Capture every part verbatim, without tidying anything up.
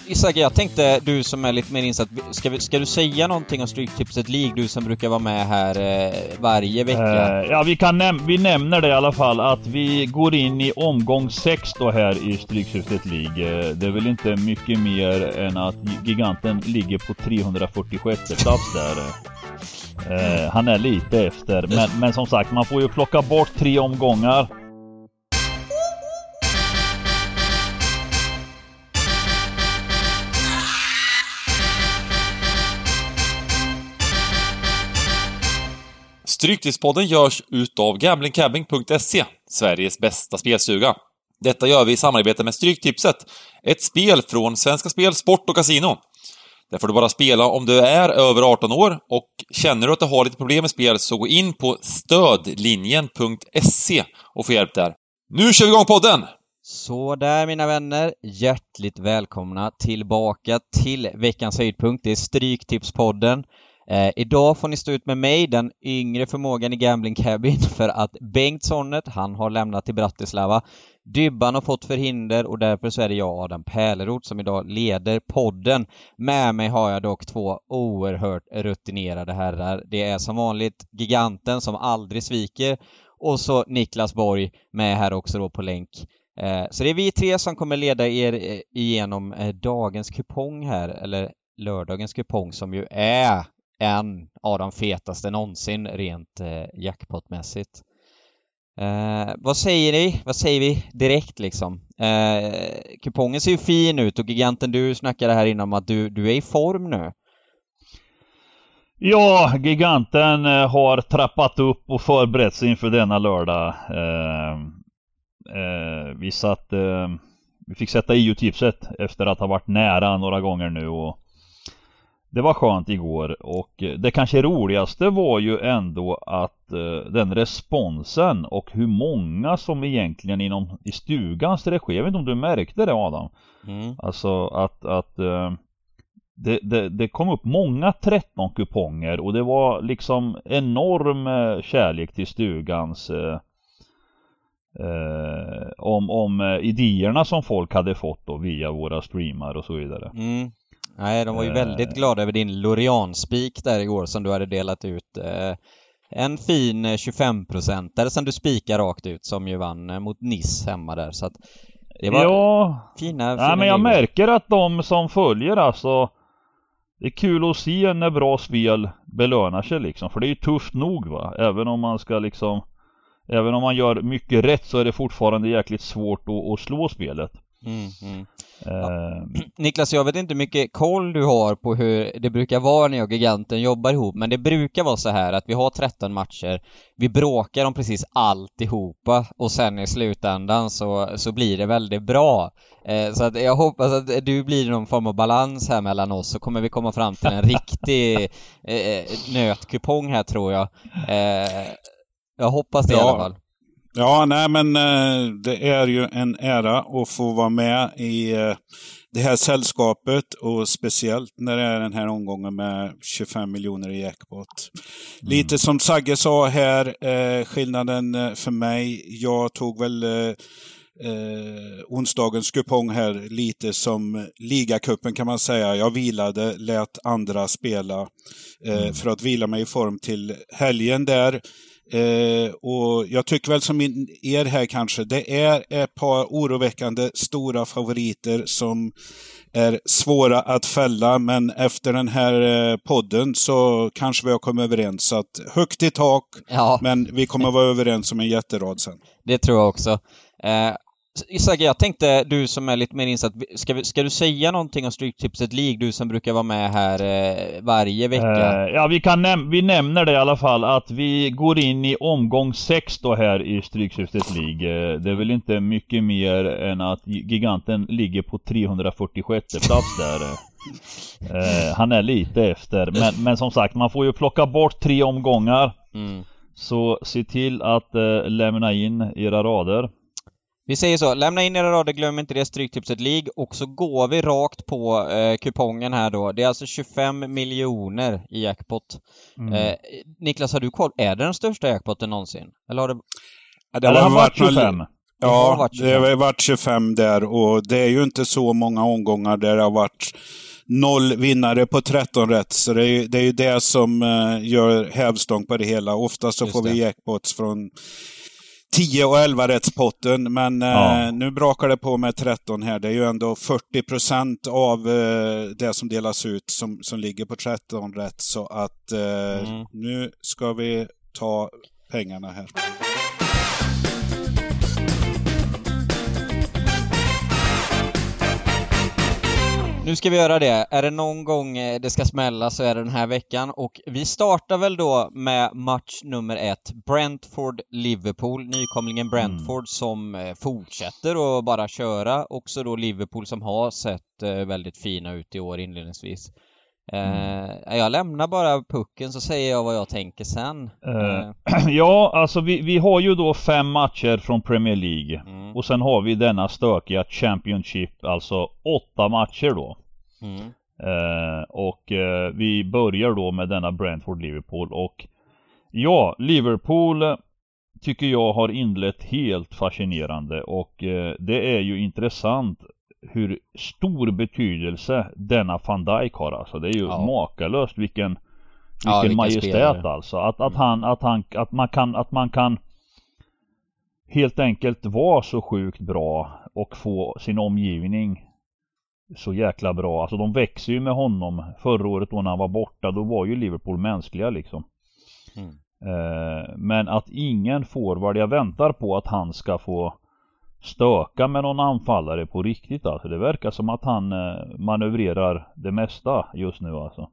Isak, jag tänkte, du som är lite mer insatt, ska, vi, ska du säga någonting om Stryktipset League, du som brukar vara med här eh, varje vecka? Eh, ja, vi, kan näm- vi nämner det i alla fall, att vi går in i omgång sex då här i Stryktipset League. Det är väl inte mycket mer än att giganten ligger på trehundrafyrtiosjätte plats där. Eh, han är lite efter, men, men som sagt, man får ju plocka bort tre omgångar. Stryktipspodden görs utav gambling cabbing punkt se, Sveriges bästa spelstuga. Detta gör vi i samarbete med Stryktipset, ett spel från Svenska Spel, Sport och Casino. Där får du bara spela om du är över arton år, och känner du att du har lite problem med spel så gå in på stödlinjen punkt se och få hjälp där. Nu kör vi igång podden! Så där, mina vänner, hjärtligt välkomna tillbaka till veckans höjdpunkt. Det är Stryktipspodden. Eh, idag får ni stå ut med mig, den yngre förmågan i Gambling Cabin, för att Bengt Sonnet, han har lämnat till Bratislava. Dybban har fått förhinder och därför så är det jag, Adam Pärleroth, som idag leder podden. Med mig har jag dock två oerhört rutinerade herrar. Det är som vanligt giganten som aldrig sviker, och så Niklas Borg med här också då på länk. Eh, så det är vi tre som kommer leda er eh, igenom eh, dagens kupong här, eller lördagens kupong, som ju är en av de fetaste någonsin rent eh, jackpotmässigt. Eh, vad säger ni? Vad säger vi direkt liksom? Eh, kupongen ser ju fin ut, och giganten, du snackade här innan om att du, du är i form nu. Ja, giganten eh, har trappat upp och förberett sig inför denna lördag. Eh, eh, vi satt, eh, vi fick sätta i utgiftet efter att ha varit nära några gånger nu, och det var skönt igår. Och det kanske roligaste var ju ändå att eh, den responsen och hur många som egentligen inom i stugans regi, jag vet inte om du märkte det, Adam. Mm. Alltså att, att eh, det, det, det kom upp många tretton kuponger, och det var liksom enorm eh, kärlek till stugans eh, eh, om, om eh, idéerna som folk hade fått då via våra streamar och så vidare. Mm. Nej, de var ju väldigt glada över din Lorient-spik där igår som du hade delat ut. Eh, en fin tjugofem procent där som du spikar rakt ut, som ju vann mot Nice hemma där. Så att det var ja, fina, fina ja, men jag grejer. märker att de som följer, alltså, det är kul att se när bra spel belönar sig liksom. För det är ju tufft nog, va? Även om man ska liksom, även om man gör mycket rätt, så är det fortfarande jäkligt svårt att, att slå spelet. Mm, mm. Ja. Niklas, jag vet inte hur mycket koll du har på hur det brukar vara när jag och giganten jobbar ihop, men det brukar vara så här att vi har tretton matcher, vi bråkar om precis alltihopa, och sen i slutändan så, så blir det väldigt bra. Eh, så att jag hoppas att du blir någon form av balans här mellan oss, så kommer vi komma fram till en riktig eh, nötkupong här, tror jag. Eh, jag hoppas det, ja. I alla fall. Ja, nej men eh, det är ju en ära att få vara med i eh, det här sällskapet, och speciellt när det är den här omgången med tjugofem miljoner i jackpot. Mm. Lite som Sagge sa här, eh, skillnaden för mig, jag tog väl eh, eh, onsdagens kupong här lite som ligacupen kan man säga. Jag vilade, lät andra spela eh, mm. för att vila mig i form till helgen där. Eh, och jag tycker väl som in, er här kanske, det är ett par oroväckande stora favoriter som är svåra att fälla, men efter den här eh, podden så kanske vi har kommit överens, så att högt i tak, ja. Men vi kommer vara överens om en jätterad sen. Det tror jag också. eh, Isak, jag tänkte, du som är lite mer insatt, ska, vi, ska du säga någonting om Stryktipset League, du som brukar vara med här eh, varje vecka? Eh, ja, vi, kan näm- vi nämner det i alla fall, att vi går in i omgång sex då här i Stryktipset League. Eh, det är väl inte mycket mer än att giganten ligger på trehundrafyrtiosjätte plats där. eh, han är lite efter, men, men som sagt, man får ju plocka bort tre omgångar. Mm. Så se till att eh, lämna in era rader. Vi säger så, lämna in era rader, glöm inte det, Stryktipset League. Och så går vi rakt på eh, kupongen här då. Det är alltså tjugofem miljoner i jackpot. Mm. eh, Niklas, har du koll? Är det den största jackpoten någonsin? Eller har det... Ja, det har, har varit tjugofem. Ja, det har varit tjugofem där och det är ju inte så många omgångar där det har varit noll vinnare på tretton rätt. Så det är ju det, är ju det som uh, gör hävstång på det hela. Ofta så Just får det. vi jackpots från tio och elva rättspotten, men ja. eh, nu brakar det på med tretton här. Det är ju ändå fyrtio procent av eh, det som delas ut som, som ligger på tretton rätt. Så att eh, mm. nu ska vi ta pengarna här. Nu ska vi göra det. Är det någon gång det ska smälla så är det den här veckan. Och vi startar väl då med match nummer ett. Brentford-Liverpool. Nykomlingen Brentford mm. som fortsätter att bara köra. Också då Liverpool som har sett väldigt fina ut i år inledningsvis. Mm. Eh, jag lämnar bara pucken så säger jag vad jag tänker sen. Eh, ja, alltså vi, vi har ju då fem matcher från Premier League. Mm. Och sen har vi denna stökiga Championship, alltså åtta matcher då. Mm. Eh, och eh, vi börjar då med denna Brentford-Liverpool. Och ja, Liverpool tycker jag har inlett helt fascinerande. Och eh, det är ju intressant hur stor betydelse denna Van Dijk har. Alltså det är ju ja. makalöst vilken vilken, ja, vilken majestät spelare. Alltså att att han att han att man kan att man kan helt enkelt vara så sjukt bra och få sin omgivning så jäkla bra. Alltså de växer ju med honom. Förra året då när han var borta, då var ju Liverpool mänskliga liksom. Mm. Eh, men att ingen får vad jag väntar på att han ska få stöka med någon anfallare på riktigt. Alltså det verkar som att han eh, manövrerar det mesta just nu alltså.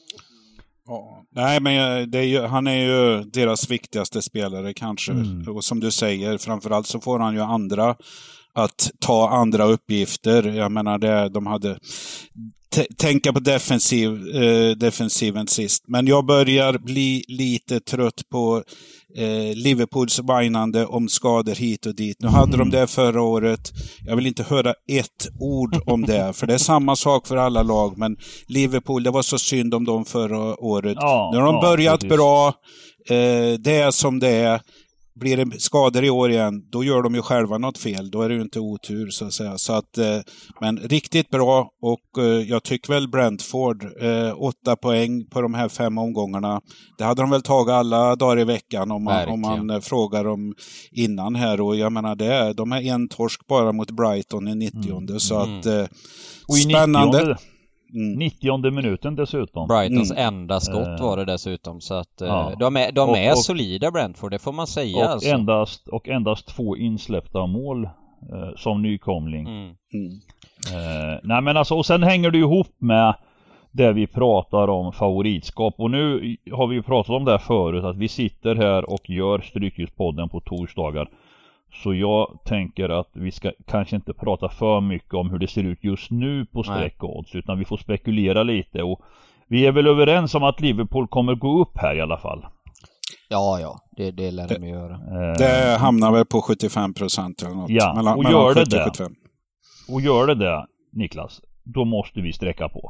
Ja, nej men det är ju, han är ju deras viktigaste spelare kanske. Mm. Och som du säger, framförallt så får han ju andra att ta andra uppgifter. Jag menar det, de hade t- tänka på defensiv, eh, defensiven sist. Men jag börjar bli lite trött på eh, Liverpools vajnande om skador hit och dit. Nu hade mm. de det förra året. Jag vill inte höra ett ord om det. För det är samma sak för alla lag. Men Liverpool, det var så synd om dem förra året. Ja, nu har de ja, börjat precis. bra. Eh, det är som det är. Blir det skador i år igen, då gör de ju själva något fel. Då är det ju inte otur så att säga. Så att, eh, men riktigt bra och eh, jag tycker väl Brentford, eh, åtta poäng på de här fem omgångarna. Det hade de väl tagit alla dagar i veckan om man, om man eh, frågar om innan här. Och jag menar, det är, de är en torsk bara mot Brighton i nittionde. Mm. Så att eh, spännande. nittionde Mm. nittionde minuten dessutom. Brightons mm. enda skott var det dessutom. Så att ja. de är, de är och, och, solida Brentford, det får man säga. Och, alltså. endast, och endast två insläppta mål eh, som nykomling. Mm. Mm. Eh, nej men alltså, och sen hänger det ihop med det vi pratar om favoritskap. Och nu har vi ju pratat om det förut, att vi sitter här och gör Strykljuspodden på torsdagar. Så jag tänker att vi ska kanske inte prata för mycket om hur det ser ut just nu på sträckodds, utan vi får spekulera lite. Och vi är väl överens om att Liverpool kommer gå upp här i alla fall. Ja, ja, det, det lär de göra. Det hamnar väl på sjuttiofem procent eller något. Ja, mellan, och gör det det. Och gör det det, Niklas, då måste vi sträcka på.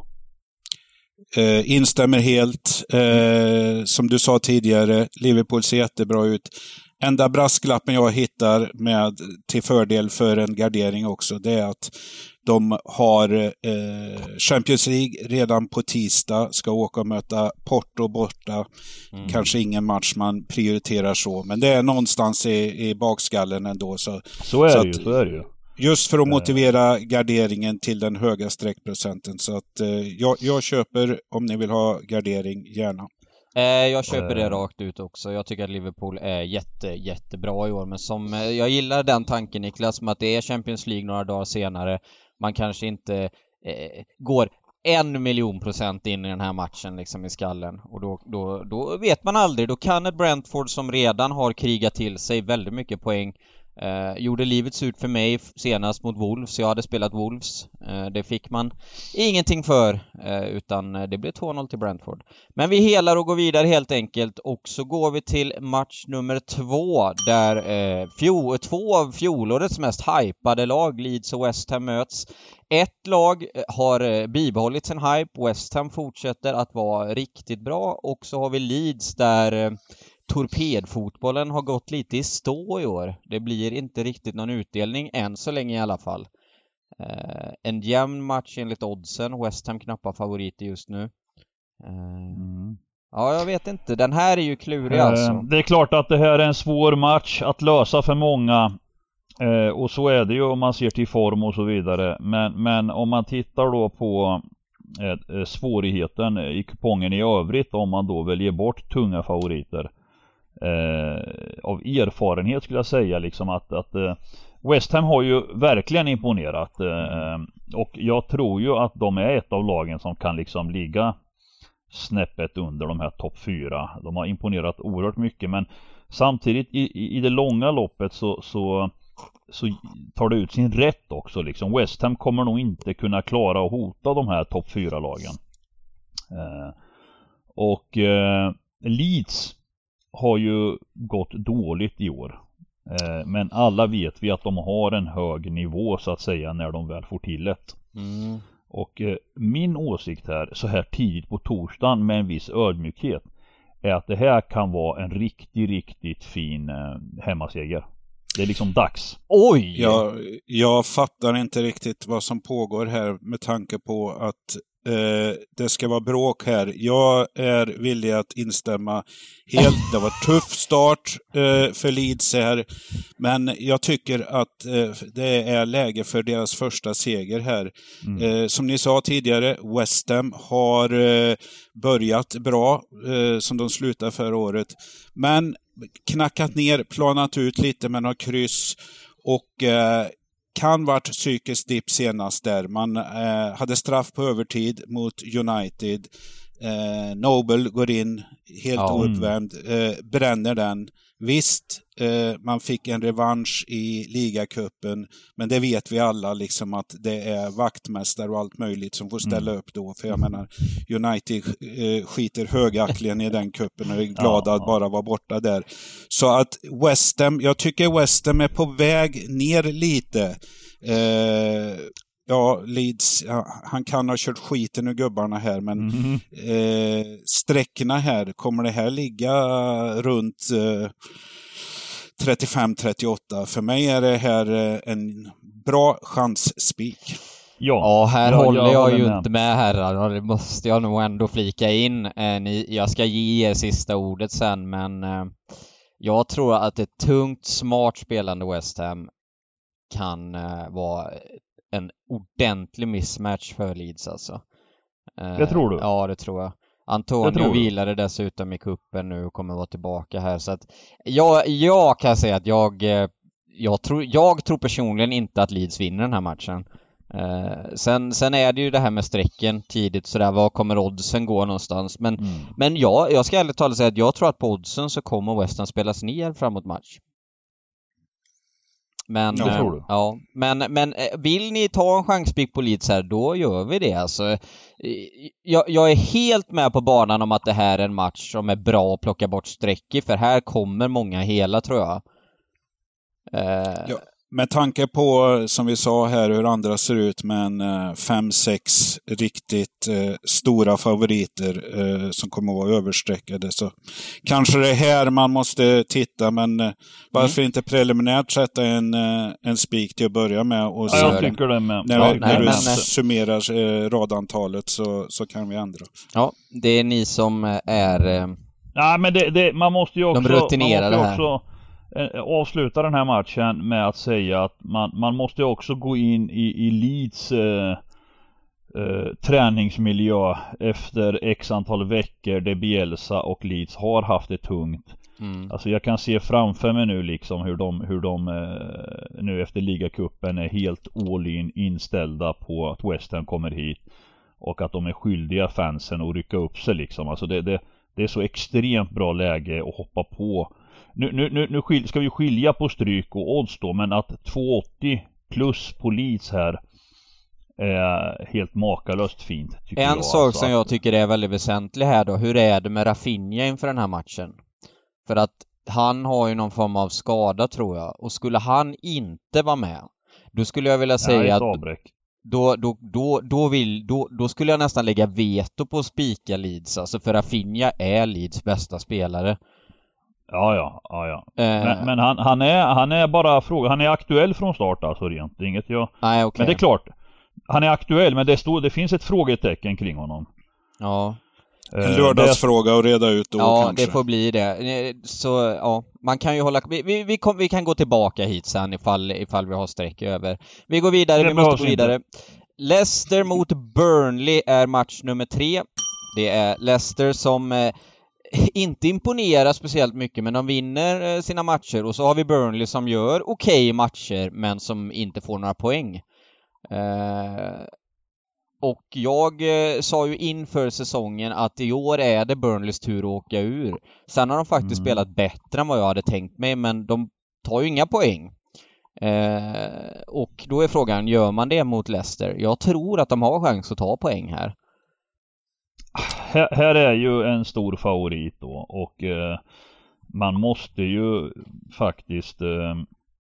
Eh, instämmer helt. Eh, som du sa tidigare, Liverpool ser jättebra ut. Enda brasklappen jag hittar med till fördel för en gardering också, det är att de har eh, Champions League redan på tisdag, ska åka och möta Porto borta. Mm. Kanske ingen match man prioriterar så, men det är någonstans i, i bakskallen ändå. Så, så är så det ju, så är det ju. Just för att motivera garderingen till den höga streckprocenten. Så att eh, jag, jag köper, om ni vill ha gardering, gärna. Jag köper det rakt ut också. Jag tycker att Liverpool är jätte, jättebra i år. Men som, jag gillar den tanken, Niklas, som att det är Champions League några dagar senare. Man kanske inte eh, går en miljon procent in i den här matchen liksom i skallen. Och då, då, då vet man aldrig. Då kan ett Brentford som redan har krigat till sig väldigt mycket poäng. Eh, gjorde livet ut för mig senast mot Wolves. Jag hade spelat Wolves. Eh, det fick man ingenting för. Eh, utan det blev två noll till Brentford. Men vi helar och går vidare helt enkelt. Och så går vi till match nummer två. Där eh, fjol, två av fjolårets mest hypade lag, Leeds och West Ham, möts. Ett lag har eh, bibehållit sin hype. West Ham fortsätter att vara riktigt bra. Och så har vi Leeds där... Eh, torpedfotbollen har gått lite i stå i år. Det blir inte riktigt någon utdelning än så länge i alla fall. Eh, en jämn match enligt oddsen. West Ham knappa favoriter just nu. Eh, mm. Ja, jag vet inte. Den här är ju klurig eh, alltså. Det är klart att det här är en svår match att lösa för många. Eh, och så är det ju om man ser till form och så vidare. Men, men om man tittar då på eh, svårigheten i kupongen i övrigt, om man då väljer bort tunga favoriter. Eh, av erfarenhet skulle jag säga liksom att, att eh, West Ham har ju verkligen imponerat. Eh, och jag tror ju att de är ett av lagen som kan liksom ligga snäppet under de här topp fyra. De har imponerat oerhört mycket, men samtidigt i, i, i det långa loppet så, så, så tar det ut sin rätt också liksom. West Ham kommer nog inte kunna klara att hota de här topp fyra lagen. Eh, och eh, Leeds har ju gått dåligt i år. Eh, men alla vet vi att de har en hög nivå så att säga när de väl får till det. Mm. Och eh, min åsikt här så här tidigt på torsdagen med en viss ödmjukhet är att det här kan vara en riktigt, riktigt fin eh, hemmaseger. Det är liksom dags. Oj! Jag, jag fattar inte riktigt vad som pågår här med tanke på att eh, det ska vara bråk här. Jag är villig att instämma helt. Det var tuff start eh, för Leeds här. Men jag tycker att eh, det är läge för deras första seger här. Mm. Eh, som ni sa tidigare, West Ham har eh, börjat bra eh, som de slutade förra året. Men knackat ner, planat ut lite med några kryss och eh, kan varit psykisk dipp senast där. Man eh, hade straff på övertid mot United. Eh, Noble går in helt ja. ouppvärmd, eh, bränner den. Visst, eh, man fick en revansch i ligacupen, men det vet vi alla liksom att det är vaktmästare och allt möjligt som får ställa mm. upp då. För jag menar, United eh, skiter högaktligen i den cupen och är glada ja. att bara vara borta där. Så att West Ham, jag tycker West Ham är på väg ner lite. Eh, Ja, Leeds, ja, han kan ha kört skiten ur gubbarna här, men mm. eh, sträckorna här, kommer det här ligga runt eh, trettiofem trettioåtta? För mig är det här eh, en bra chansspik. Ja, ja här ja, håller jag, jag ju med. inte med herrar, det måste jag nog ändå flika in. Eh, ni, jag ska ge er sista ordet sen, men eh, jag tror att ett tungt, smart spelande West Ham kan eh, vara en ordentlig mismatch för Leeds alltså. Det eh, tror du? Ja, det tror jag. Antonio tror vilade dessutom i kuppen nu och kommer vara tillbaka här. Så att jag, jag kan säga att jag, jag, tror, jag tror personligen inte att Leeds vinner den här matchen. Eh, sen, sen är det ju det här med strecken tidigt sådär, vad kommer oddsen gå någonstans? Men, mm. men ja, jag ska ärligt talat säga att jag tror att på oddsen så kommer West Ham spelas ner framåt match. Men, äh, ja, men, men vill ni ta en chanspik på Leeds här, då gör vi det alltså. Jag, jag är helt med på banan om att det här är en match som är bra att plocka bort streck i, för här kommer många hela, tror jag. Eh, ja. Med tanke på, som vi sa här, hur andra ser ut med en eh, fem sex riktigt eh, stora favoriter eh, som kommer att vara översträckade, så kanske det är här man måste titta, men eh, varför mm. inte preliminärt sätta en, eh, en spik till att börja med, och ja, jag tycker det med. när, ja, när nej, du men, summerar eh, radantalet så, så kan vi ändra. Ja, det är ni som är eh, ja, men det, det, man måste ju också, de rutinerade man måste ju också avsluta den här matchen med att säga att man, man måste också gå in i, i Leeds eh, eh, träningsmiljö efter x antal veckor där Bielsa och Leeds har haft det tungt. Mm. Alltså jag kan se framför mig nu liksom hur de, hur de eh, nu efter ligacupen är helt all in inställda på att West Ham kommer hit och att de är skyldiga fansen att rycka upp sig liksom. Alltså det, det, det är så extremt bra läge att hoppa på. Nu, nu, nu, nu skil, ska vi skilja på stryk och odds då, men att två åttio plus på Leeds här är helt makalöst fint. En jag, sak alltså som att... jag tycker är väldigt väsentlig här då, hur är det med Rafinha inför den här matchen? För att han har ju någon form av skada, tror jag, och skulle han inte vara med, då skulle jag vilja säga att då, då, då, då, vill, då, då skulle jag nästan lägga veto på att spika Leeds, alltså för Rafinha är Leeds bästa spelare. Ja, ja, ja, ja. Eh. Men, men han, han, är, han är bara fråga, han är aktuell från start alltså rent. Det är inget jag... Nej, okay. Men det är klart, han är aktuell, men det, stod, det finns ett frågetecken kring honom. Ja. En lördagsfråga att reda ut då ja, kanske. Det får bli det. Så ja, man kan ju hålla... Vi, vi, vi, kom, vi kan gå tillbaka hit sen ifall, ifall vi har streck över. Vi går vidare, det vi måste gå vidare. Inte. Leicester mot Burnley är match nummer tre. Det är Leicester som eh, inte imponerar speciellt mycket, men de vinner eh, sina matcher. Och så har vi Burnley som gör okej okay matcher, men som inte får några poäng. Eh, och jag eh, sa ju inför säsongen att i år är det Burnleys tur att åka ur. Sen har de faktiskt mm. spelat bättre än vad jag hade tänkt mig, men de tar ju inga poäng. Eh, och då är frågan, gör man det mot Leicester? Jag tror att de har chans att ta poäng här. Här, här är ju en stor favorit då, och eh, man måste ju faktiskt eh,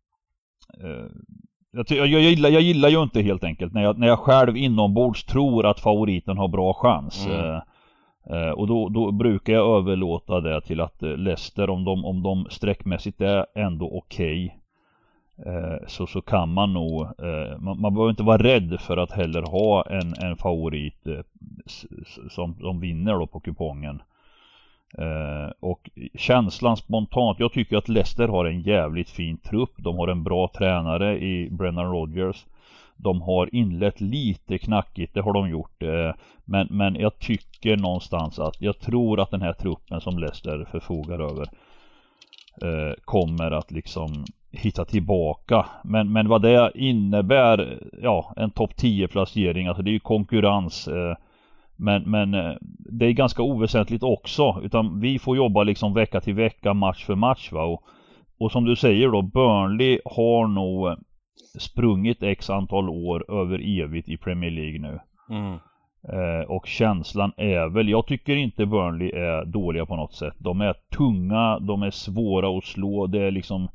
eh, jag, jag, jag, gillar, jag gillar ju inte helt enkelt när jag, när jag själv inombords tror att favoriten har bra chans. Mm. Eh, eh, och då, då brukar jag överlåta det till att eh, Leicester, om de, om de sträckmässigt är ändå okej, okay, eh, så, så kan man nog eh, man, man behöver inte vara rädd för att heller ha en, en favorit eh, som, som vinner då på kupongen. Eh, och känslan spontant, jag tycker att Leicester har en jävligt fin trupp. De har en bra tränare i Brendan Rodgers. De har inlett lite knackigt, det har de gjort, eh, men, men jag tycker någonstans att jag tror att den här truppen som Leicester förfogar över eh, kommer att liksom hitta tillbaka. Men, men vad det innebär, ja, en topp tio placering, alltså det är ju konkurrens, eh, Men, men det är ganska oväsentligt också, utan vi får jobba liksom vecka till vecka, match för match, va? Och, och som du säger då, Burnley har nog sprungit x antal år över evigt i Premier League nu. Mm. Eh, och känslan är väl, jag tycker inte Burnley är dåliga på något sätt. De är tunga, de är svåra att slå, det är liksom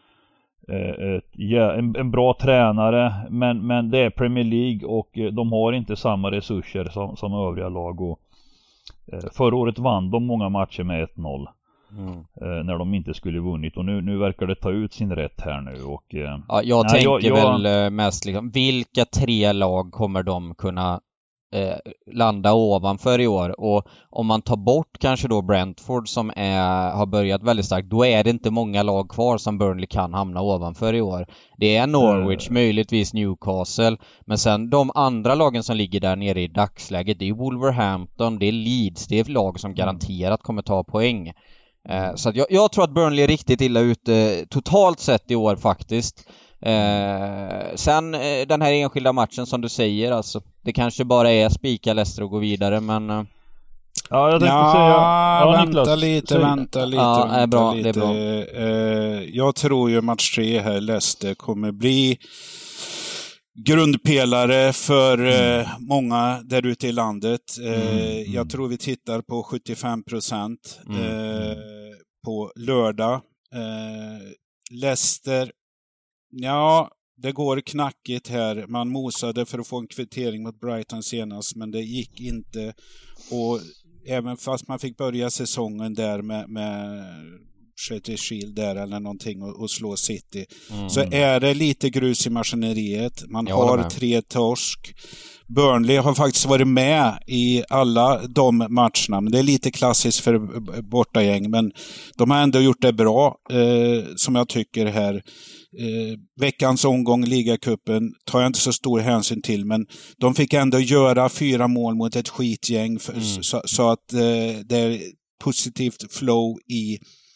Ett, ja, en, en bra tränare, men, men det är Premier League och de har inte samma resurser som, som övriga lag. Och, eh, förra året vann de många matcher med ett noll mm. eh, när de inte skulle vunnit, och nu, nu verkar det ta ut sin rätt här nu. Och, eh, ja, jag nej, tänker jag, jag... väl mest liksom, vilka tre lag kommer de kunna Eh, landa ovanför i år, och om man tar bort kanske då Brentford som är, har börjat väldigt starkt, då är det inte många lag kvar som Burnley kan hamna ovanför i år. Det är Norwich, mm. möjligtvis Newcastle, men sen de andra lagen som ligger där nere i dagsläget, det är Wolverhampton, det är Leeds, det är lag som garanterat kommer ta poäng. Eh, så att jag, jag tror att Burnley är riktigt illa ute totalt sett i år faktiskt. Eh, sen eh, den här enskilda matchen som du säger, alltså det kanske bara är spika Leicester och gå vidare, men eh... ja, jag tänkte ja, säga ja, vänta Niklas, lite, säg. vänta lite, ja, vänta är bra, lite. Det är bra. Eh, jag tror ju match tre här, Leicester kommer bli grundpelare för eh, många där ute i landet. Eh, mm. Jag tror vi tittar på sjuttiofem procent eh, på lördag. Eh, Leicester, ja, det går knackigt här. Man mosade för att få en kvittering mot Brighton senast, men det gick inte. Och även fast man fick börja säsongen där med, med Sheffield Shield där eller någonting och, och slå City, mm. så är det lite grus i maskineriet. Man jag har tre torsk. Burnley har faktiskt varit med i alla de matcherna, men det är lite klassiskt för bortagäng, men de har ändå gjort det bra, eh, som jag tycker här. Eh, veckans omgång ligacupen tar jag inte så stor hänsyn till, men de fick ändå göra fyra mål mot ett skitgäng för, mm. så, så att eh, det är positivt flow i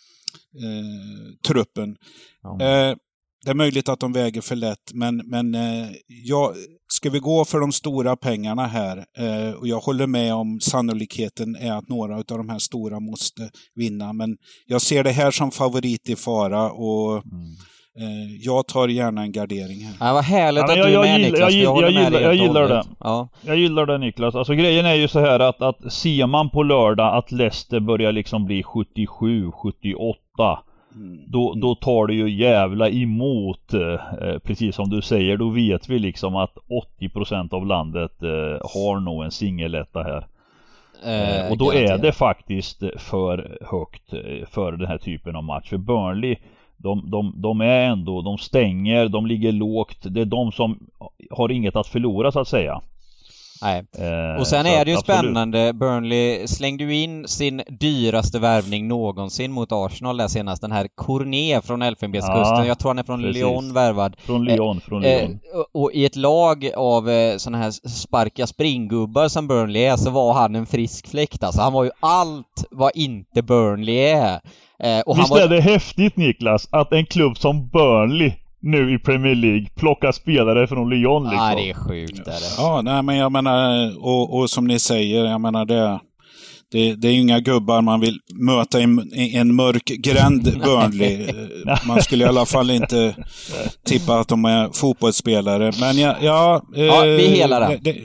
eh, truppen. Ja. Eh, det är möjligt att de väger för lätt, men, men eh, jag, ska vi gå för de stora pengarna här, eh, och jag håller med om sannolikheten är att några av de här stora måste vinna, men jag ser det här som favorit i fara, och mm. eh, jag tar gärna en gardering här. Ja, vad härligt ja, att jag, du är jag med, gillar, Niklas. Jag, jag, jag, gillar, jag gillar det. Ja. Jag gillar det, Niklas. Alltså grejen är ju så här att, att ser man på lördag att Leicester börjar liksom bli sjuttiosju sjuttioåtta, Mm. Då, då tar det ju jävla emot, eh, precis som du säger. Då vet vi liksom att åttio procent av landet eh, har nog en singeletta här. Eh, och då garanterat. Är det faktiskt för högt för den här typen av match. För Burnley, de, de, de är ändå, de stänger, de ligger lågt. Det är de som har inget att förlora så att säga. Nej. Och sen är det ju spännande. Burnley slängde ju in sin dyraste värvning någonsin mot Arsenal där senast. Den här Cornet från Elfenbenskusten. Ja, jag tror han är från precis. Lyon värvad. Från Lyon, från Lyon. Eh, och, och i ett lag av eh, såna här sparka springgubbar som Burnley är, så var han en frisk fläkt. Alltså han var ju allt vad inte Burnley är. Eh, och Visst han var... är det häftigt, Niklas, att en klubb som Burnley nu i Premier League plockar spelare från Lyon liksom. Ja, det är sjukt. Är det. Ja, nej, men jag menar, och, och som ni säger, jag menar det, det, det är inga gubbar man vill möta i en, en mörk gränd Burnley. Man skulle i alla fall inte tippa att de är fotbollsspelare. Men ja, ja, ja vi hela det. det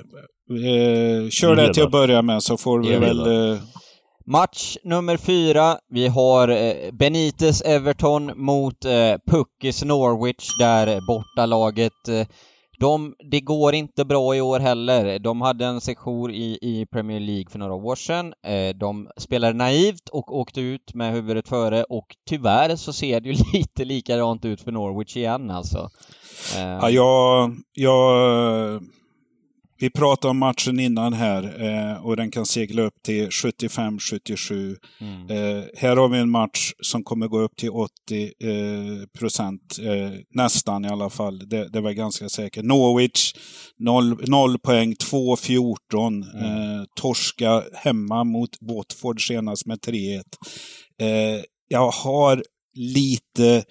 eh, kör det till att börja med så får vi väl... Eh, Match nummer fyra, vi har eh, Benitez Everton mot eh, Puckis Norwich, där bortalaget, eh, de, det går inte bra i år heller. De hade en sektion i, i Premier League för några år sedan. Eh, de spelade naivt och åkte ut med huvudet före, och tyvärr så ser det ju lite likadant ut för Norwich igen alltså. Eh. Ja, jag... jag... Vi pratade om matchen innan här eh, och den kan segla upp till sjuttiofem sjuttiosju. Mm. Eh, här har vi en match som kommer gå upp till åttio eh, procent. Eh, nästan i alla fall. Det, det var ganska säkert. Norwich, noll poäng, två fjorton. Mm. Eh, torska hemma mot Watford senast med tre ett. Eh, jag har lite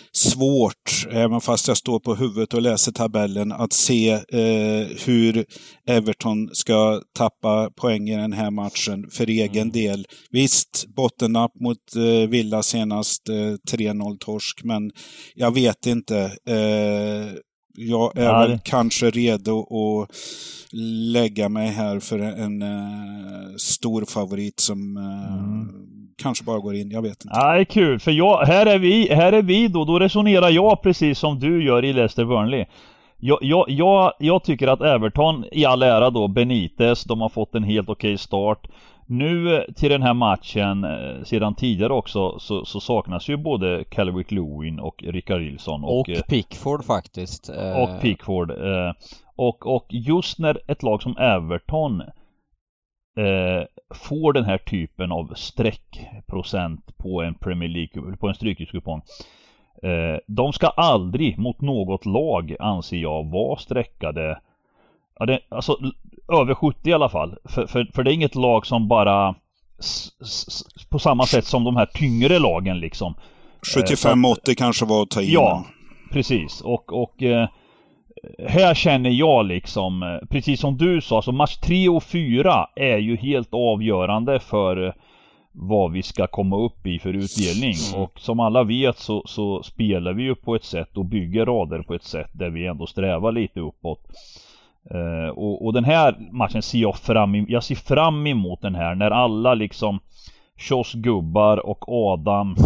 svårt, även fast jag står på huvudet och läser tabellen, att se eh, hur Everton ska tappa poäng i den här matchen för egen mm. del. Visst, bottennapp mot eh, Villa senast, eh, tre noll torsk, men jag vet inte. Eh, jag är ja, väl kanske redo att lägga mig här för en eh, stor favorit som eh, mm. kanske bara går in, jag vet inte. Ja, det är kul, för jag, här är vi, här är vi då, då resonerar jag precis som du gör i Leicester Burnley. Jag, jag, jag, jag tycker att Everton, i all ära då, Benitez, de har fått en helt okej start. Nu till den här matchen, sedan tidigare också, så, så saknas ju både Calvert-Lewin och Rickard Ilson. Och, och Pickford faktiskt. Och Pickford. Och, och just när ett lag som Everton eh, får den här typen av streckprocent på en Premier League, på en stryktipskupong, eh, de ska aldrig mot något lag, anser jag, vara streckade. Ja, det, alltså över sjuttio i alla fall. För, för, för det är inget lag som bara s, s, på samma sätt som de här tyngre lagen liksom. sjuttiofem åttio kanske var att ta in. Ja, precis. Och, och eh, här känner jag liksom, precis som du sa, så match tre och fyra är ju helt avgörande för vad vi ska komma upp i för utdelning. Mm. Och som alla vet så, så spelar vi ju på ett sätt och bygger rader på ett sätt där vi ändå strävar lite uppåt. Uh, och, och den här matchen ser jag fram emot, jag ser fram emot den här när alla liksom Kioskgubbar och Adam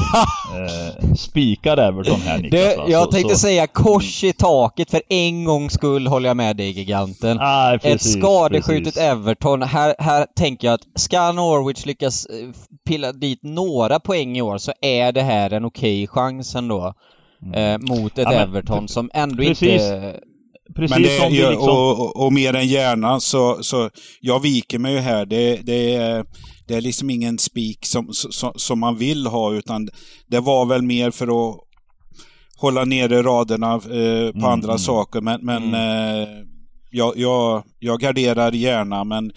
eh, spikar Everton här, Niklas. Det, jag så, tänkte så... säga kors i taket, för en gångs skull håller jag med dig, giganten. Ah, precis, ett skadeskjutet precis. Everton. Här, här tänker jag att ska Norwich lyckas pilla dit några poäng i år, så är det här en okej chans ändå mm. eh, mot ett ja, men, Everton som ändå precis. inte... Precis. Men det, som det liksom... och, och, och mer än gärna så, så jag viker mig ju här. Det, det, är, det är liksom ingen spik som, som, som man vill ha, utan det var väl mer för att hålla nere raderna eh, på mm. andra saker. Men, men mm. eh, jag, jag, jag garderar gärna, men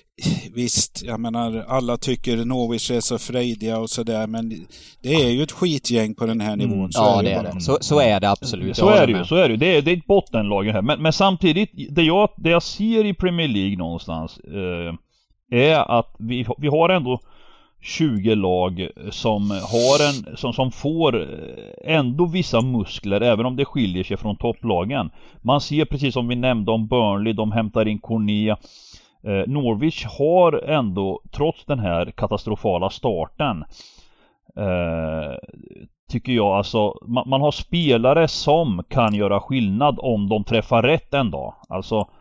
visst, jag menar, alla tycker Norwich är så frejdiga och sådär, men det är ju ett skitgäng på den här nivån. Mm. Så ja, är det, det är det. Så, så är det absolut. Så är det ju, så är det ju. Det är, det är ett bottenlag här. Men, men samtidigt, det jag, det jag ser i Premier League någonstans eh, är att vi, vi har ändå tjugo lag som har en som, som får ändå vissa muskler, även om det skiljer sig från topplagen. Man ser, precis som vi nämnde om Burnley, de hämtar in Cornet. Eh, Norwich har ändå, trots den här katastrofala starten, eh, tycker jag, alltså man, man har spelare som kan göra skillnad om de träffar rätt en dag. Alltså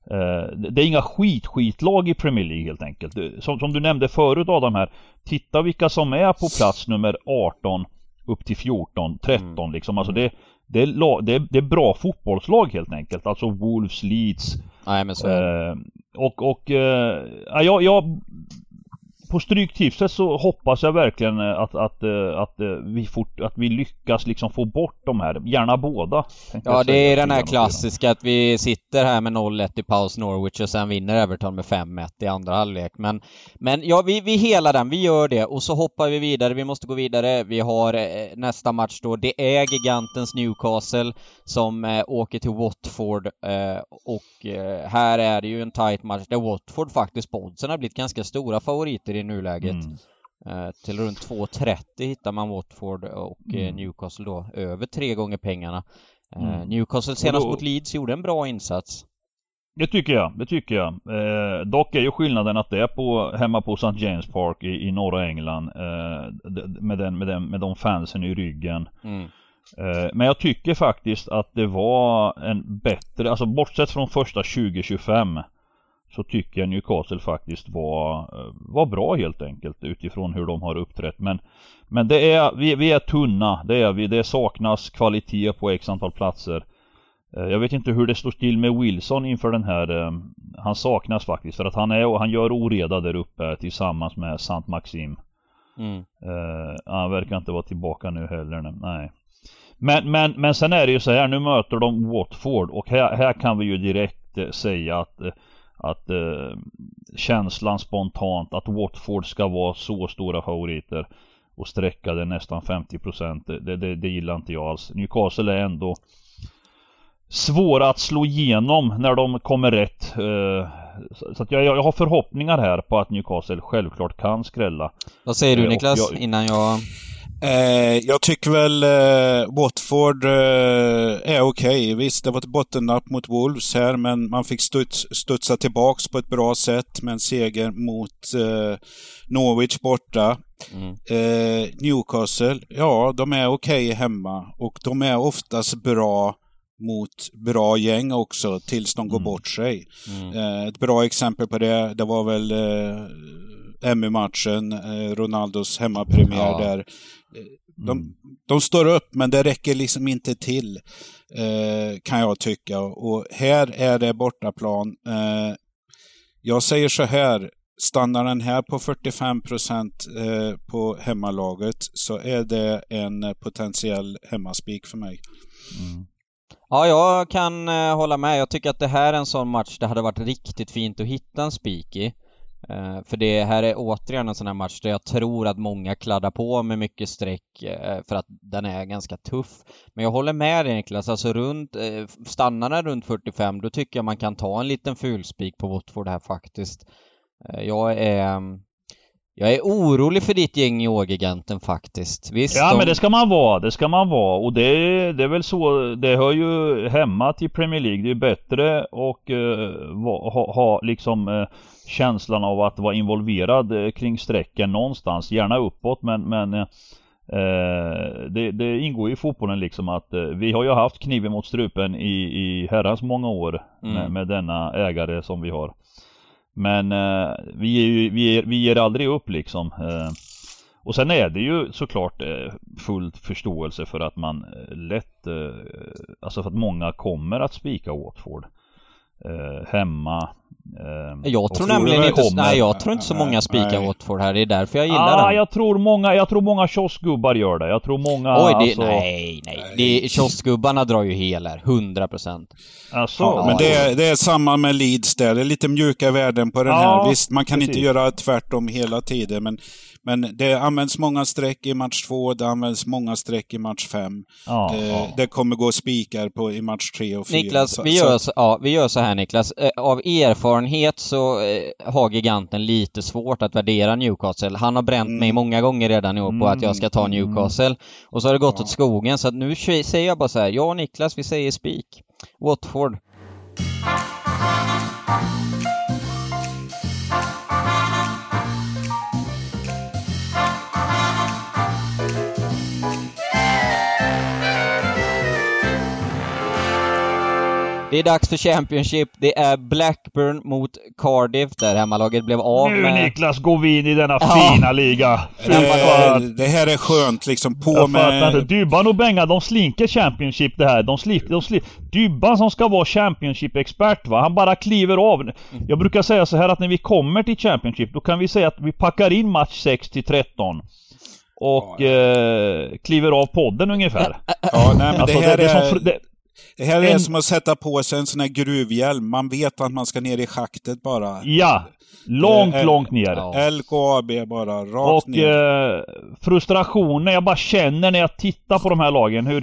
Eh, det är inga skit-skitlag i Premier League helt enkelt. Som, som du nämnde förut av de här, titta vilka som är på plats nummer arton upp till fjorton, tretton mm. liksom. Alltså det, det, är, det, är, det är bra fotbollslag helt enkelt. Alltså Wolves, Leeds. Nej, men så eh, och och eh, jag, jag på stryktipset så hoppas jag verkligen att, att, att, vi, fort, att vi lyckas liksom få bort de här, gärna båda. Ja, det är den här klassiska att vi sitter här med noll ett i paus Norwich och sen vinner Everton med fem ett i andra halvlek. Men, men ja, vi, vi hela den, vi gör det och så hoppar vi vidare, vi måste gå vidare. Vi har eh, nästa match då, det är gigantens Newcastle som eh, åker till Watford eh, och eh, här är det ju en tight match där Watford faktiskt på oddsen har blivit ganska stora favoriter i nuläget. Mm. Uh, till runt två trettio hittar man Watford och mm. uh, Newcastle då över tre gånger pengarna. Uh, mm. Newcastle senast då, mot Leeds gjorde en bra insats. Det tycker jag, det tycker jag. Uh, dock är ju skillnaden att det är på, hemma på Saint James Park i, i norra England uh, med, den, med, den, med de fansen i ryggen. Mm. Uh, men jag tycker faktiskt att det var en bättre, alltså bortsett från första tjugo tjugofem så tycker jag Newcastle faktiskt var, var bra helt enkelt utifrån hur de har uppträtt. Men, men det är, vi, vi är tunna, det är vi. Det saknas kvalitet på x antal platser. Jag vet inte hur det står till med Wilson inför den här. Han saknas faktiskt för att han, är, han gör oreda där uppe tillsammans med Sant Maxim. Mm. Han verkar inte vara tillbaka nu heller. Nej. Men, men, men sen är det ju så här, nu möter de Watford och här, här kan vi ju direkt säga att att eh, känslan spontant att Watford ska vara så stora favoriter och sträcka det nästan femtio procent, det, det, det gillar inte jag alls. Newcastle är ändå svåra att slå igenom när de kommer rätt, eh, så att jag, jag har förhoppningar här på att Newcastle självklart kan skrälla. Vad säger du, Niklas, jag, innan jag... Eh, jag tycker väl eh, Watford eh, är okej. Okay. Visst, det var ett bottennapp mot Wolves här, men man fick studs, studsa tillbaks på ett bra sätt med en seger mot eh, Norwich borta. Mm. Eh, Newcastle, ja, de är okej okay hemma och de är oftast bra mot bra gäng också tills de går mm. bort sig. Mm. Eh, ett bra exempel på det, det var väl eh, M U-matchen, eh, Ronaldos hemmapremiär ja. där. De, mm. de står upp, men det räcker liksom inte till, eh, kan jag tycka. Och här är det bortaplan. Eh, jag säger så här, stannar den här på fyrtiofem procent eh, på hemmalaget så är det en potentiell hemmaspik för mig. Mm. Ja, jag kan eh, hålla med. Jag tycker att det här är en sån match det hade varit riktigt fint att hitta en spik i. Uh, för det här är återigen en sån här match där jag tror att många kladdar på med mycket streck uh, för att den är ganska tuff. Men jag håller med dig, Niklas, alltså runt, uh, stannar den runt fyrtiofem, då tycker jag man kan ta en liten fulspik på Watford här faktiskt. Uh, jag är um, jag är orolig för ditt gäng i Ågiganten faktiskt. Visst, ja, de... men det ska man vara, det ska man vara. Och det, det är väl så, det hör ju hemma till Premier League. Det är bättre och uh, ha, ha liksom uh, känslan av att vara involverad uh, kring sträcken någonstans. Gärna uppåt, men, men uh, det, det ingår i fotbollen liksom att uh, vi har ju haft kniven mot strupen i, i herrans många år mm. med, med denna ägare som vi har. Men eh, vi, är ju, vi, är, vi ger aldrig upp liksom. Eh, och sen är det ju såklart eh, full förståelse för att man eh, lätt, eh, alltså för att många kommer att spika Watford eh, hemma. Eh, jag tror nämligen inte, nej, jag tror inte så många spikar Watford här, det är därför jag gillar ah, den. Jag tror många, jag tror många kioskgubbar gör det. Jag tror många. Oj, det, alltså... nej, nej. Det, kioskgubbarna drar ju helar, hundra procent. Alltså, ja, men det är, det är samma med Leeds där. Det är lite mjuka värden på den ja, här. Visst, man kan precis. inte göra tvärtom hela tiden, men Men det används många streck i match två, det används många streck i match fem. Ja, eh, ja. Det kommer gå spikar på i match tre och fyra. Niklas, så, vi, gör så, ja, vi gör så här Niklas. Eh, av erfarenhet så eh, har giganten lite svårt att värdera Newcastle. Han har bränt mm. mig många gånger redan i år på mm. att jag ska ta Newcastle. Mm. Och så har det gått ja. åt skogen. Så att nu säger jag bara så här, ja Niklas, vi säger spik. Watford. Det är dags för Championship. Det är Blackburn mot Cardiff där hemmalaget blev av nu, med... Nu Niklas går vi in i denna ja. fina liga. Det, det här är skönt liksom på jag med... Inte. Dybban och Benga, de slinker Championship det här. De slipper, de slipper. Dybban som ska vara Championship-expert va. Han bara kliver av. Jag brukar säga så här att när vi kommer till Championship då kan vi säga att vi packar in match sex till tretton. Och ja, ja. Eh, kliver av podden ungefär. Ja, nej, men alltså, det här det, det är... Som, det, Det här är en... som att sätta på sig en sån här gruvhjälm. Man vet att man ska ner i schaktet bara. Ja, långt, L- långt ner. Ja. L K A B bara, rakt och, ner. Och eh, frustrationen jag bara känner när jag tittar på de här lagen. Hur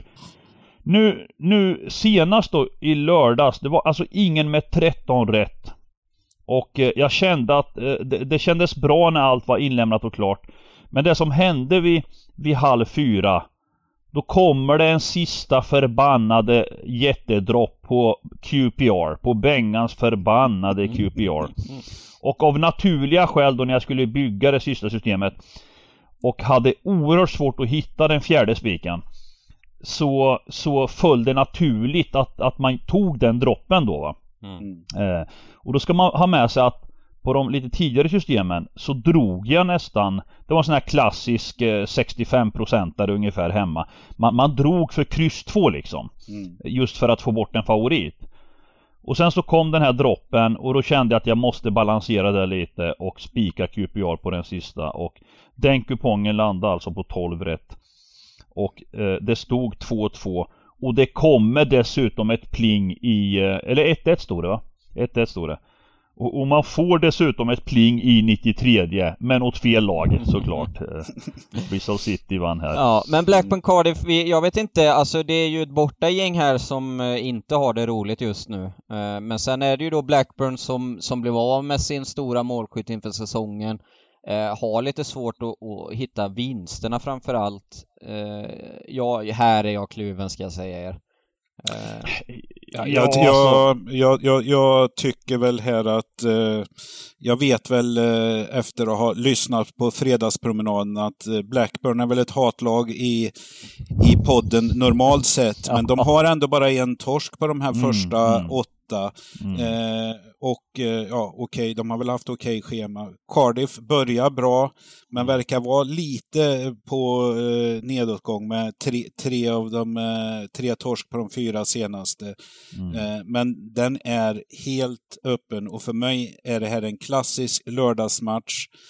nu, nu senast då i lördags, det var alltså ingen med tretton rätt. Och eh, jag kände att eh, det, det kändes bra när allt var inlämnat och klart. Men det som hände vid, vid halv fyra... Då kommer det en sista förbannade jättedropp på Q P R. På Bengans förbannade Q P R. Och av naturliga skäl då när jag skulle bygga det sista systemet och hade oerhört svårt att hitta den fjärde spiken. Så, så föll det naturligt att, att man tog den droppen då va. Mm. Eh, och då ska man ha med sig att på de lite tidigare systemen så drog jag nästan, det var en sån här klassisk eh, sextiofem procentare ungefär hemma. Man, man drog för kryss två liksom. Mm. Just för att få bort en favorit. Och sen så kom den här droppen och då kände jag att jag måste balansera det lite och spika Q P R på den sista. Och den kupongen landade alltså på tolv rätt. Och eh, det stod två två. Och det kommer dessutom ett pling i, eh, eller ett ett stod det va? ett ett stod det. Och, och man får dessutom ett pling i nittiotre, men åt fel lag såklart. Bristol City vann här. Ja, men Blackburn Cardiff, vi, jag vet inte, alltså det är ju ett borta gäng här som eh, inte har det roligt just nu. Eh, men sen är det ju då Blackburn som, som blev av med sin stora målskytt inför säsongen. Eh, har lite svårt att, att hitta vinsterna framförallt. Eh, ja, här är jag kluven ska jag säga er. Uh, ja, jag, jag, jag, jag, jag tycker väl här att uh, jag vet väl uh, efter att ha lyssnat på fredagspromenaden att uh, Blackburn är väl ett hatlag i, i podden normalt sett, men de har ändå bara en torsk på de här mm, första mm. åtta. Mm. Eh, och eh, ja, okej, okay, de har väl haft okej okay schema. Cardiff börjar bra, men verkar vara lite på eh, nedåtgång med tre, tre av de eh, tre torsk på de fyra senaste. Mm. Eh, men den är helt öppen och för mig är det här en klassisk lördagsmatch.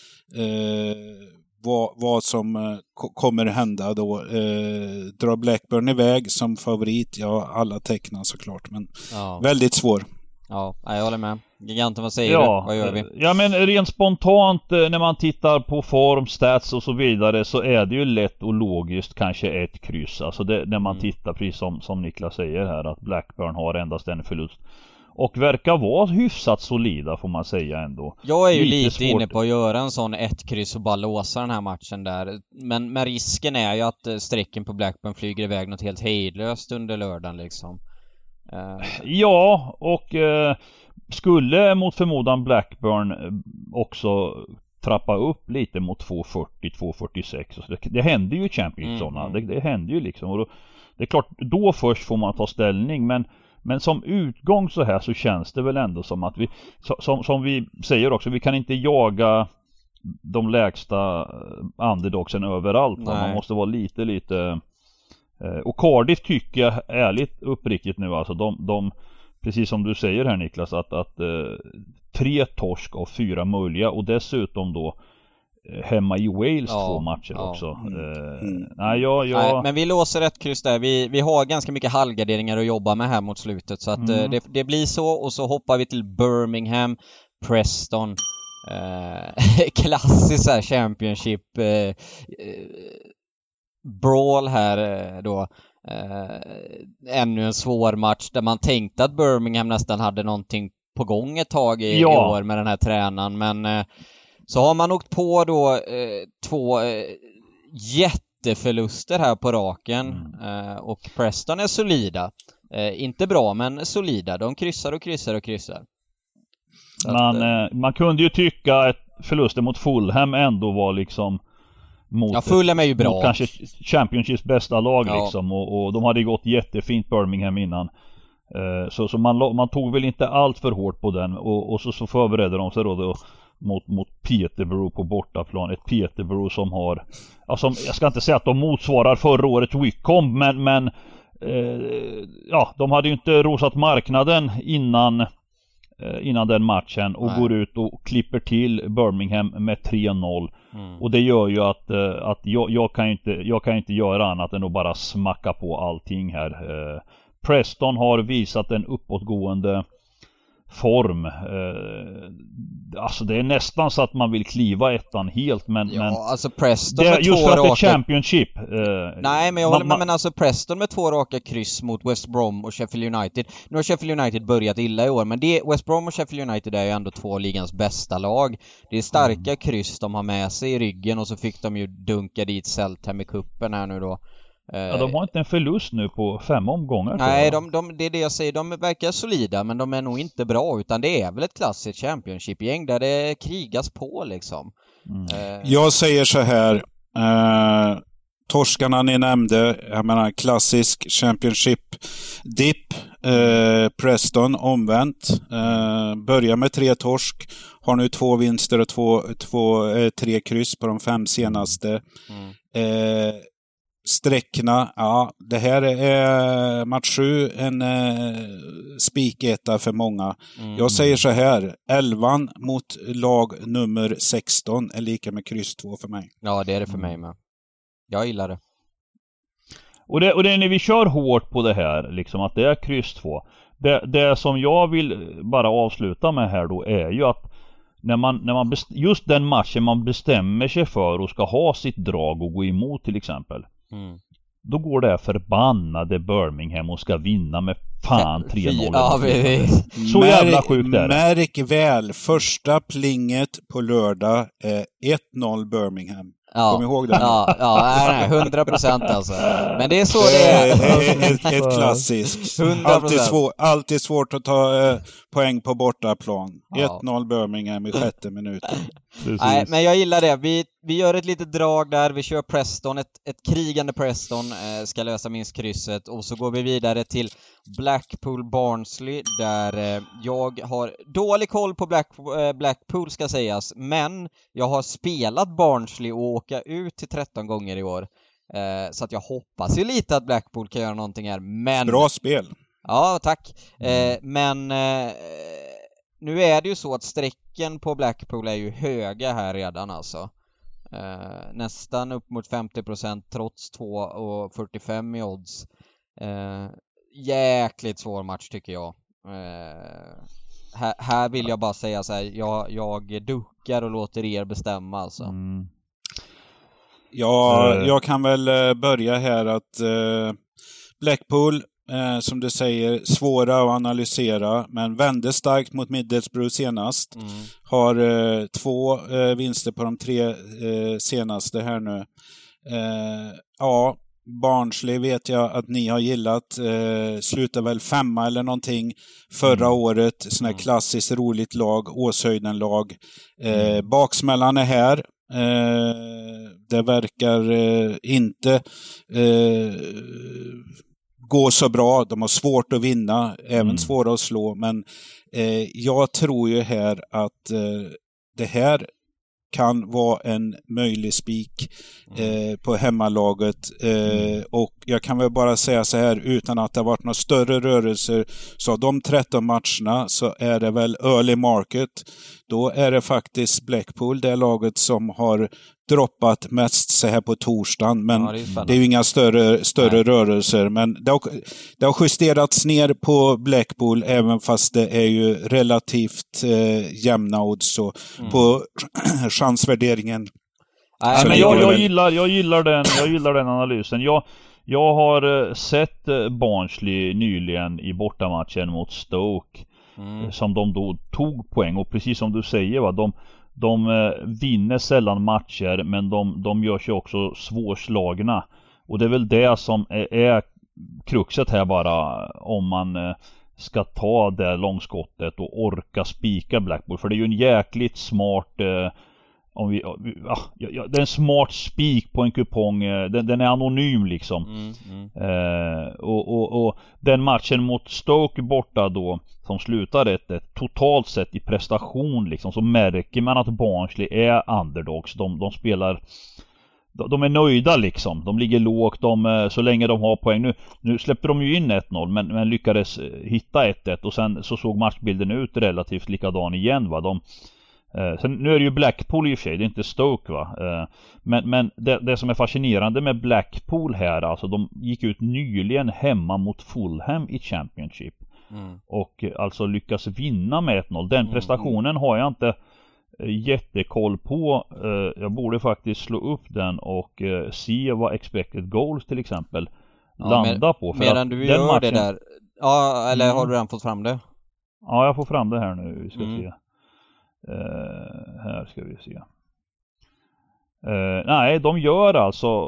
Eh, Vad, vad som uh, kommer hända då. Uh, drar Blackburn iväg som favorit? Ja, alla tecknar såklart, men ja. Väldigt svår. Ja, jag håller med. Giganten, vad säger ja, du? Vad gör vi? Ja, men rent spontant när man tittar på form, stats och så vidare så är det ju lätt och logiskt kanske ett kryss. Alltså det, när man mm. tittar, precis som, som Niklas säger här, att Blackburn har endast en förlust. Och verkar vara hyfsat solida får man säga ändå. Jag är ju lite, lite inne på att göra en sån ett kryss och bara låsa den här matchen där. Men, men risken är ju att strecken på Blackburn flyger iväg något helt hejdlöst under lördagen liksom. Uh... Ja, och uh, skulle mot förmodan Blackburn också trappa upp lite mot två fyrtio två fyrtiosex. Det, det händer ju i Champions mm, sådana. Det, det händer ju liksom. Och då, det är klart, då först får man ta ställning, men Men som utgång så här så känns det väl ändå som att vi, som, som vi säger också, vi kan inte jaga de lägsta underdogsen överallt. Man måste vara lite, lite... Och Cardiff tycker jag ärligt uppriktigt nu, alltså de, de precis som du säger här Niklas, att, att tre torsk och fyra möjliga och dessutom då hemma i Wales ja, två matcher ja. också. Mm. Uh, nej, jag, jag... nej, men vi låser ett kryss där. Vi, vi har ganska mycket halvgarderingar att jobba med här mot slutet. Så att mm. det, det blir så. Och så hoppar vi till Birmingham, Preston. Uh, klassisk här Championship uh, uh, brawl här uh, då. Uh, ännu en svår match där man tänkte att Birmingham nästan hade någonting på gång ett tag i, ja. i år med den här tränaren. Men uh, så har man åkt på då eh, två eh, jätteförluster här på raken. Mm. Eh, och Preston är solida. Eh, inte bra, men solida. De kryssar och kryssar och kryssar. Så man, att, eh, man kunde ju tycka att förlusten mot Fulham ändå var liksom mot, ja, Fulham är ju bra. Mot kanske Championships bästa lag ja. liksom. Och, och de hade gått jättefint Birmingham innan. Eh, så så man, man tog väl inte allt för hårt på den. Och, och så, så förberedde de sig då, då mot, mot Peterborough på bortaplan. Ett Peterborough som har, alltså, jag ska inte säga att de motsvarar förra årets Wycombe, men, men eh, ja, de hade ju inte rosat marknaden innan eh, innan den matchen och Nej. går ut och klipper till Birmingham med tre noll. Mm. Och det gör ju att, eh, att jag, jag, kan inte, jag kan inte göra annat än att bara smacka på allting här. Eh, Preston har visat en uppåtgående form. Eh, alltså det är nästan så att man vill kliva ettan helt, men, ja, men alltså Preston det, med just två för att raka... det är Championship. Eh, Nej, men jag man, håller med, men alltså Preston med två raka kryss mot West Brom och Sheffield United. Nu har Sheffield United börjat illa i år, men det, West Brom och Sheffield United är ju ändå två av ligans bästa lag. Det är starka mm. kryss de har med sig i ryggen, och så fick de ju dunka dit Seltham i kuppen här nu då. Ja, de har inte en förlust nu på fem omgångar. Nej, de, de, det är det jag säger. De verkar solida, men de är nog inte bra. Utan det är väl ett klassiskt Championship-gäng där det krigas på liksom. Mm. Eh. Jag säger så här. Eh, torskarna ni nämnde, jag menar klassisk Championship-dipp. Eh, Preston omvänt. Eh, börjar med tre torsk. Har nu två vinster och två, två, eh, tre kryss på de fem senaste. Mm. Eh, Sträckna, ja, det här är match sju, en eh, spiketa för många. Mm. Jag säger så här, elvan mot lag nummer sexton är lika med kryss två för mig. Ja, det är det för mig med. Jag gillar det. Och det, och det är när vi kör hårt på det här, liksom att det är kryss två. Det, det som jag vill bara avsluta med här då är ju att när man, när man best, just den matchen man bestämmer sig för och ska ha sitt drag och gå emot till exempel. Mm. Då går det förbannade Birmingham och ska vinna med fan tre noll. Ja, så märk, jävla sjukt är det. Märk väl, första plinget på lördag är ett noll Birmingham. Ja, kom ihåg det. Ja, ja, nej, hundra procent alltså. Men det är så det är. Ett, ett klassiskt. Alltid, svår, alltid svårt att ta eh, poäng på bortaplan. Ja. ett noll Birmingham i sjätte minuten. Nej, men jag gillar det. Vi, vi gör ett litet drag där. Vi kör Preston. Ett, ett krigande Preston eh, ska lösa minst krysset. Och så går vi vidare till Blackpool Barnsley. Där eh, jag har dålig koll på Black, eh, Blackpool ska sägas. Men jag har spelat Barnsley och åka ut till tretton gånger i år. Eh, så att jag hoppas ju lite att Blackpool kan göra någonting här. Men... Bra spel. Ja, tack. Eh, men... Eh, nu är det ju så att strecken på Blackpool är ju höga här redan alltså. Eh, nästan upp mot femtio procent trots två och fyrtiofem i odds. Eh, jäkligt svår match tycker jag. Eh, här, här vill jag bara säga så här, jag, jag duckar och låter er bestämma alltså. Mm. Ja, jag kan väl börja här att eh, Blackpool Eh, som du säger, svåra att analysera, men vände starkt mot Middlesbrough senast. Mm. Har eh, två eh, vinster på de tre eh, senaste här nu. Eh, ja, Barnsley vet jag att ni har gillat. Eh, slutar väl femma eller någonting förra mm. året. Sån här mm. klassiskt roligt lag, Åshöjden-lag. Eh, mm. Baksmällan är här. Eh, det verkar eh, inte... Eh, går så bra, de har svårt att vinna, även mm. svåra att slå, men eh, jag tror ju här att eh, det här kan vara en möjlig spik eh, på hemmalaget eh, och jag kan väl bara säga så här, utan att det har varit några större rörelser, så de tretton matcherna så är det väl early market, då är det faktiskt Blackpool, det laget som har droppat mest så här på torsdagen, men ja, det, är det är ju inga större, större rörelser, men det har, det har justerats ner på Blackpool, även fast det är ju relativt eh, jämna odds så mm. på chansvärderingen. Nej, men jag, jag, gillar, jag, gillar den, jag gillar den analysen. Jag, jag har sett Barnsley nyligen i bortamatchen mot Stoke mm. som de då tog poäng, och precis som du säger, va, de De vinner sällan matcher, men de, de gör sig också svårslagna. Och det är väl det som är, är kruxet här bara, om man ska ta det långskottet och orka spika Blackpool. För det är ju en jäkligt smart eh, om vi, ja, ja, det är en smart spik på en kupong. Den, den är anonym liksom. Mm, mm. Eh, och, och, och den matchen mot Stoke borta då, som slutar ett, ett totalt sett i prestation liksom, så märker man att Barnsley är underdogs. De, de spelar, de, de är nöjda liksom. De ligger lågt de, så länge de har poäng. Nu, nu släppte de ju in ett noll, men, men lyckades hitta ett ett, och sen så såg matchbilden ut relativt likadan igen, va. De Eh, sen, nu är det ju Blackpool i och för sig, det är inte Stoke, va. Eh, men men det, det som är fascinerande med Blackpool här, alltså de gick ut nyligen hemma mot Fulham i Championship. Mm. Och eh, alltså lyckas vinna med ett noll. Den prestationen har jag inte eh, jättekoll på. Eh, jag borde faktiskt slå upp den och eh, se vad expected goals till exempel ja, landar med, på. För medan du gör matchen, det där. Ja, eller mm. har du redan fått fram det? Ja, jag får fram det här nu. Vi ska Mm. se. Uh, här ska vi se. Uh, nej, de gör alltså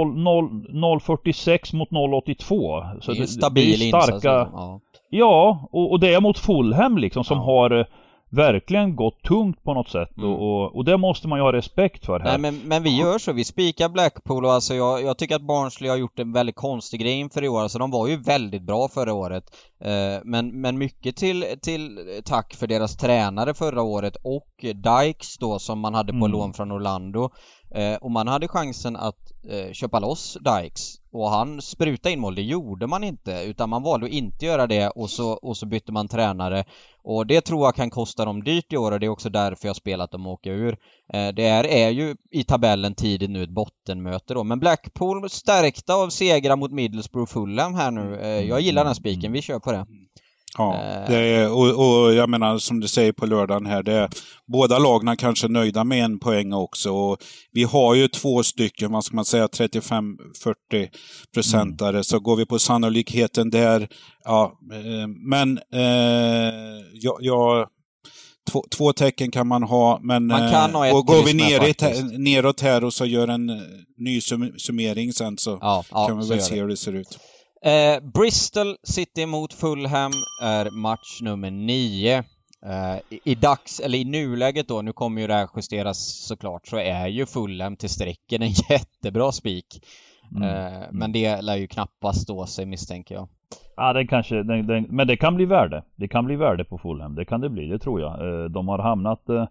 noll fyrtiosex mot noll åttiotvå. Så det är det, stabil det är starka. insats, liksom. Ja, ja och, och det är mot Fulham liksom, som ja. har uh, verkligen gått tungt på något sätt. Mm. Och, och, och det måste man ju ha respekt för här. Nej, men, men vi gör så, vi spikar Blackpool, och alltså jag, jag tycker att Barnsley har gjort en väldigt konstig grej inför i år. Alltså de var ju väldigt bra förra året, eh, men, men mycket till, till tack för deras tränare förra året och Dykes då, som man hade på Mm. lån från Orlando. Eh, och man hade chansen att eh, köpa loss Dykes, och han sprutade in mål. Det gjorde man inte, utan man valde att inte göra det, och så, och så bytte man tränare. Och det tror jag kan kosta dem dyrt i år, och det är också därför jag spelat dem åka ur. Eh, det är, är ju i tabellen tidigt nu ett bottenmöte då. Men Blackpool stärkta av segrar mot Middlesbrough och Fulham här nu. Eh, jag gillar den spiken, vi kör på det. Ja, det är, och, och jag menar som du säger på lördagen här, det är, båda lagna kanske nöjda med en poäng också. Och vi har ju två stycken, vad ska man säga, trettiofem fyrtio procentare. Mm. Så går vi på sannolikheten där, ja, eh, men eh, jag, jag två, två tecken kan man ha, men man kan ha ett och går vi ner faktiskt. neråt här och så gör en ny sum, summering sen, så ja, ja, kan vi väl se hur det ser ut. Eh, Bristol City mot Fulham är match nummer nio. Eh, i, i dags, eller i nuläget då, nu kommer ju det här justeras såklart, så är ju Fulham till strecken en jättebra spik. Mm. Eh, men det lär ju knappast stå sig, misstänker jag. Ja, det kanske, den, den, men det kan bli värde. Det kan bli värde på Fulham. Det kan det bli, det tror jag. Eh, de har hamnat eh,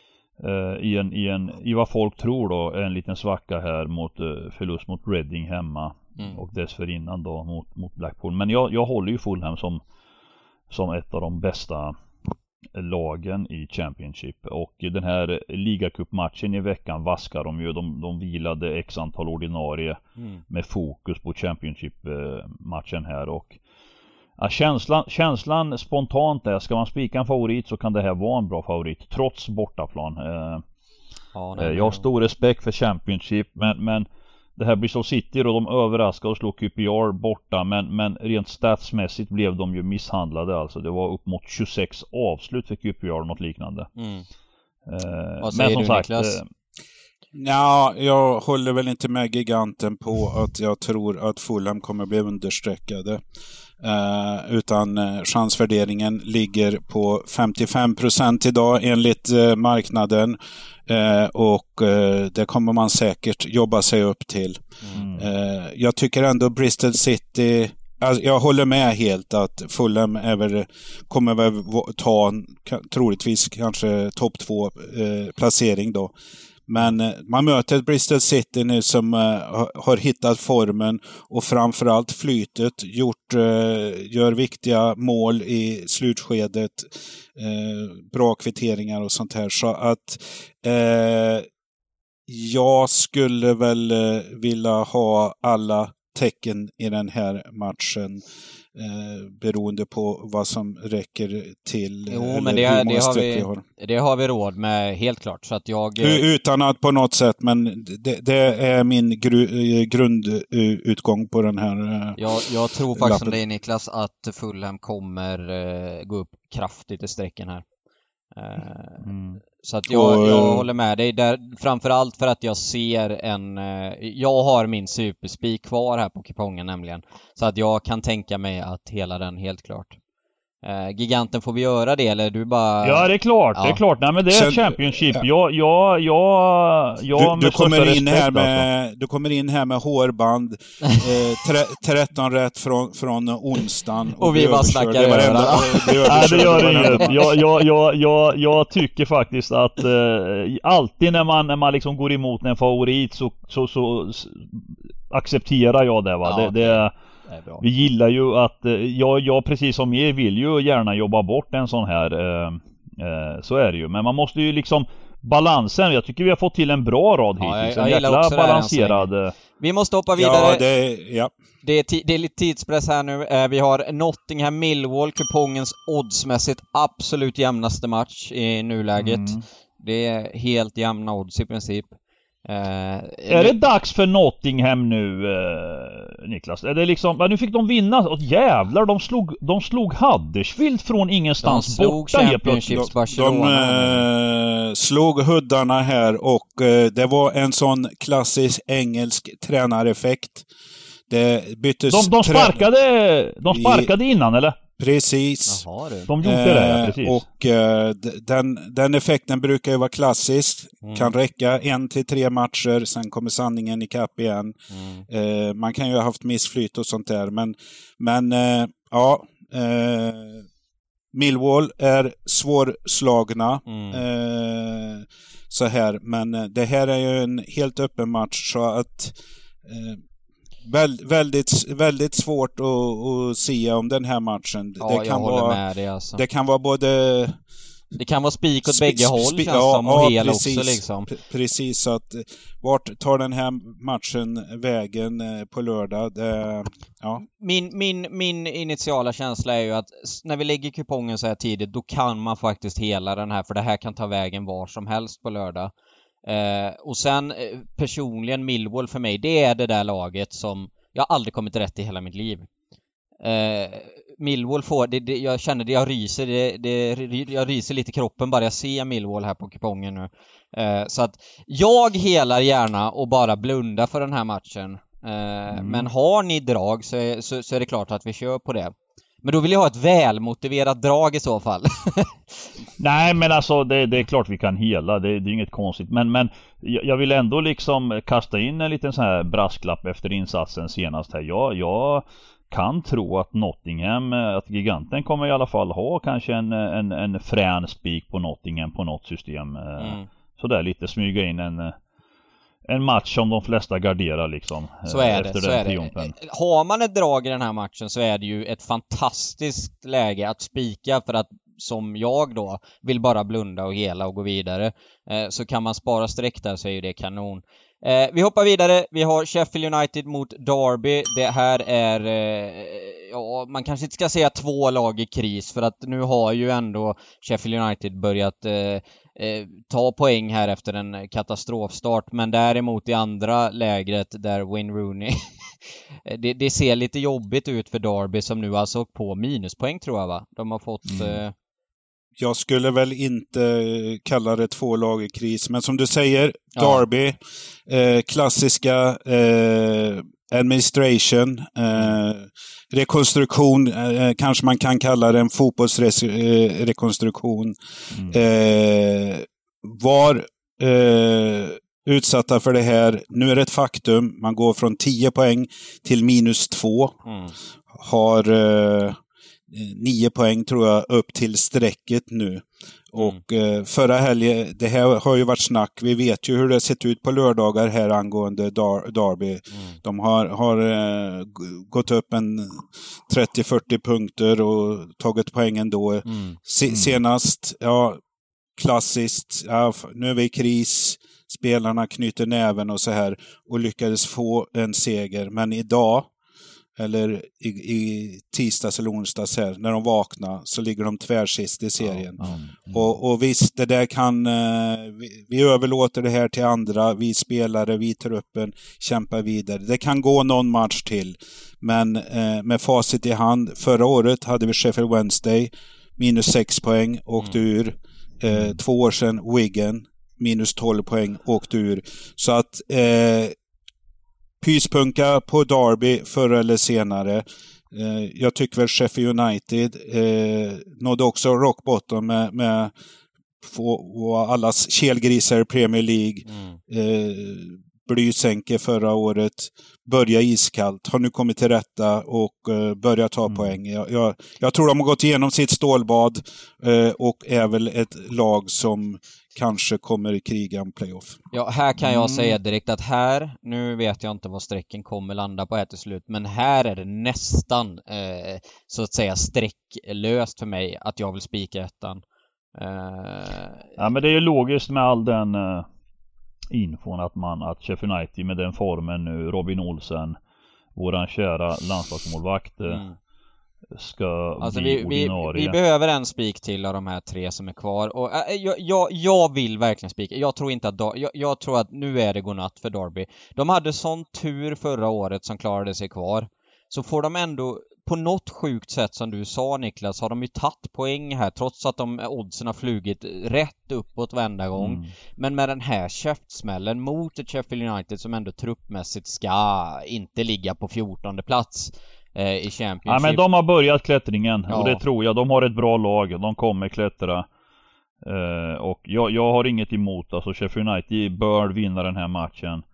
i, en, i, en, i vad folk tror då, en liten svacka här mot eh, förlust mot Reading hemma. Mm. Och dessförinnan då mot, mot Blackpool. Men jag, jag håller ju Fulham som, som ett av de bästa lagen i Championship. Och den här ligacupmatchen i veckan vaskar de ju. De, de vilade x antal ordinarie mm. med fokus på Championship-matchen här. Och ja, känslan, känslan spontant är, ska man spika en favorit så kan det här vara en bra favorit trots bortaplan. Eh, ja, nej, jag har stor respekt för Championship, men, men det här Bristol City då, de överraskade och slog Q P R borta, men, men rent statsmässigt blev de ju misshandlade. Alltså det var upp mot tjugosex avslut för Q P R, något liknande. Mm. Eh, Vad säger men som du, sagt, Niklas? Eh, ja, jag håller väl inte med giganten på att jag tror att Fulham kommer bli understreckade. Uh, utan uh, chansvärderingen ligger på femtiofem procent idag enligt uh, marknaden. Uh, och uh, det kommer man säkert jobba sig upp till. Mm. Uh, jag tycker ändå Bristol City, alltså, jag håller med helt att Fulham är väl, kommer väl ta troligtvis kanske topp två uh, placering då. Men man möter ett Bristol City nu som uh, har hittat formen och framförallt flytet, gjort, uh, gör viktiga mål i slutskedet, uh, bra kvitteringar och sånt här. Så att uh, jag skulle väl uh, vilja ha alla tecken i den här matchen. Eh, beroende på vad som räcker till. Jo, men det, det, har vi, har. det har vi råd med helt klart. Så att jag... Utan att på något sätt, men det, det är min gru, grundutgång på den här eh, jag, jag tror faktiskt som dig, Niklas, att Fulham kommer eh, gå upp kraftigt i sträcken här. Eh, mm. Så att jag, och, jag håller med dig där, framförallt för att jag ser en eh, jag har min superspik kvar här på kupongen nämligen, så att jag kan tänka mig att hela den helt klart. Eh, giganten, får vi göra det eller du bara... Ja, det är klart, ja. det är klart. Nej, men det är Sen, Championship. Jag, jag, jag, jag du, du, kommer in här med, alltså. du kommer in här med hårband, eh, tre, tretton rätt från, från onsdagen. Och, och vi bara snackar över varenda, det. Nej, det gör inget. Jag, jag, jag, jag, jag tycker faktiskt att eh, alltid när man, när man liksom går emot en favorit så, så, så accepterar jag det. Va? Ja, det, okay. det Vi gillar ju att, jag, jag precis som er vill ju gärna jobba bort en sån här, eh, eh, så är det ju. Men man måste ju liksom, balansen, jag tycker vi har fått till en bra rad hittills. Ja, jag, jag en jäkla balanserad. Vi måste hoppa vidare. Ja, det, ja. Det, är t- det är lite tidspress här nu. Eh, vi har Nottingham Millwall, kupongens oddsmässigt absolut jämnaste match i nuläget. Mm. Det är helt jämna odds i princip. Uh, är det dags för Nottingham nu, uh, Niklas? Är det liksom, nu fick de vinna, och jävlar, de slog, de slog Huddersfield från ingenstans de borta helt plötsligt. De, de uh, slog huddarna här och uh, det var en sån klassisk engelsk tränareffekt. Det byttes... De, de sparkade, de sparkade i, innan, eller? Precis. Jaha, de gjorde det, ja, precis. Och eh, den, den effekten brukar ju vara klassisk. Mm. Kan räcka en till tre matcher, sen kommer sanningen i kapp igen. Mm. Eh, man kan ju ha haft missflyt och sånt där. Men, men eh, ja, eh, Millwall är svårslagna. Mm. Eh, så här. Men det här är ju en helt öppen match, så att... Eh, Väldigt, väldigt svårt att, att se om den här matchen. Ja, det jag kan håller vara, med dig alltså. Det kan vara både... Det kan vara spik åt bägge håll, spi- känns ja, som, och ja, hel precis, också liksom. P- precis, så att vart tar den här matchen vägen på lördag? Det, ja. Min, min, min initiala känsla är ju att när vi lägger kupongen så här tidigt, då kan man faktiskt hela den här, för det här kan ta vägen var som helst på lördag. Eh, och sen eh, personligen Millwall för mig, det är det där laget som jag aldrig kommit rätt i hela mitt liv. Eh, Millwall får, det, det, jag känner det, jag ryser det, det, jag ryser lite i kroppen bara jag ser Millwall här på kupongen nu. Eh, så att jag helar gärna och bara blunda för den här matchen. Eh, mm. Men har ni drag så är, så, så är det klart att vi kör på det. Men då vill jag ha ett välmotiverat drag i så fall. Nej, men alltså det, det är klart vi kan hela, det, det är inget konstigt. Men, men jag vill ändå liksom kasta in en liten sån här brasklapp efter insatsen senast här. Jag, jag kan tro att Nottingham, att giganten kommer i alla fall ha kanske en, en, en frän spik på Nottingham på något system. Mm. Så där lite smyga in en... En match som de flesta garderar liksom. Så är det, så är det. Har man ett drag i den här matchen så är det ju ett fantastiskt läge att spika, för att som jag då vill bara blunda och hela och gå vidare. Eh, så kan man spara streck där så är ju det kanon. Eh, vi hoppar vidare. Vi har Sheffield United mot Derby. Det här är, eh, ja, man kanske inte ska säga två lag i kris, för att nu har ju ändå Sheffield United börjat eh, eh, ta poäng här efter en katastrofstart. Men däremot i andra lägret där Wayne Rooney det, det ser lite jobbigt ut för Derby, som nu alltså på minuspoäng tror jag, va? De har fått... Mm. Eh, Jag skulle väl inte kalla det två lag i kris, men som du säger, Derby, ja. eh, klassiska eh, administration, eh, rekonstruktion, eh, kanske man kan kalla det en fotbollsrekonstruktion. Mm. Eh, var eh, utsatta för det här. Nu är det ett faktum. Man går från tio poäng till minus två. Mm. Har... Eh, nio poäng tror jag upp till strecket nu. Och mm. eh, förra helgen, det här har ju varit snack. Vi vet ju hur det sett ut på lördagar här angående Dar- Derby. Mm. De har, har eh, gått upp en trettio till fyrtio punkter och tagit poängen då. Mm. Se- senast, ja, klassiskt, ja, nu är vi i kris. Spelarna knyter näven och så här och lyckades få en seger. Men idag, eller i, i tisdags eller onsdags här, när de vaknar så ligger de tvärsist i serien. Ja, ja, ja. Och, och visst, det där kan eh, vi, vi överlåter det här till andra, vi spelare, vi truppen kämpar vidare. Det kan gå någon match till, men eh, med facit i hand, förra året hade vi Sheffield Wednesday minus sex poäng, åkte mm. ur. Eh, två år sedan Wigan minus tolv poäng, åkte ur. Så att eh, pyspunka på Derby förr eller senare. Eh, jag tycker väl Sheffield United eh, nådde också rock bottom med, med få, allas kelgrisar i Premier League. Mm. Eh, Blysänke förra året, börja iskallt, har nu kommit till rätta och uh, börjat ta Mm. poäng. Jag, jag, jag tror de har gått igenom sitt stålbad uh, och är väl ett lag som kanske kommer i kriga om playoff. Ja, här kan jag Mm. säga direkt att här, nu vet jag inte vad strecken kommer landa på här till slut, men här är det nästan eh, så att säga sträcklöst för mig att jag vill spika ettan. Eh, Ja, men det är ju logiskt med all den uh, infon att man, att Sheffield United med den formen nu, Robin Olsen, våran kära landslagsmålvakt, uh, mm. ska Alltså bli vi, vi, ordinarie. vi behöver en spik till av de här tre som är kvar. Och äh, jag, jag, jag vill verkligen spika. Jag tror inte att Dar- jag, jag tror att nu är det godnatt för Derby. De hade sån tur förra året som klarade sig kvar. Så får de ändå på något sjukt sätt, som du sa Niklas, har de ju tagit poäng här trots att de oddsen har flugit rätt uppåt varenda gång. Mm. Men med den här käftsmällen mot ett Sheffield United som ändå truppmässigt ska inte ligga på fjortonde plats eh, i Championship. Ja, men de har börjat klättringen, Ja. och det tror jag. De har ett bra lag, de kommer klättra. Uh, och jag, jag har inget emot, alltså Sheffield United bör vinna den här matchen.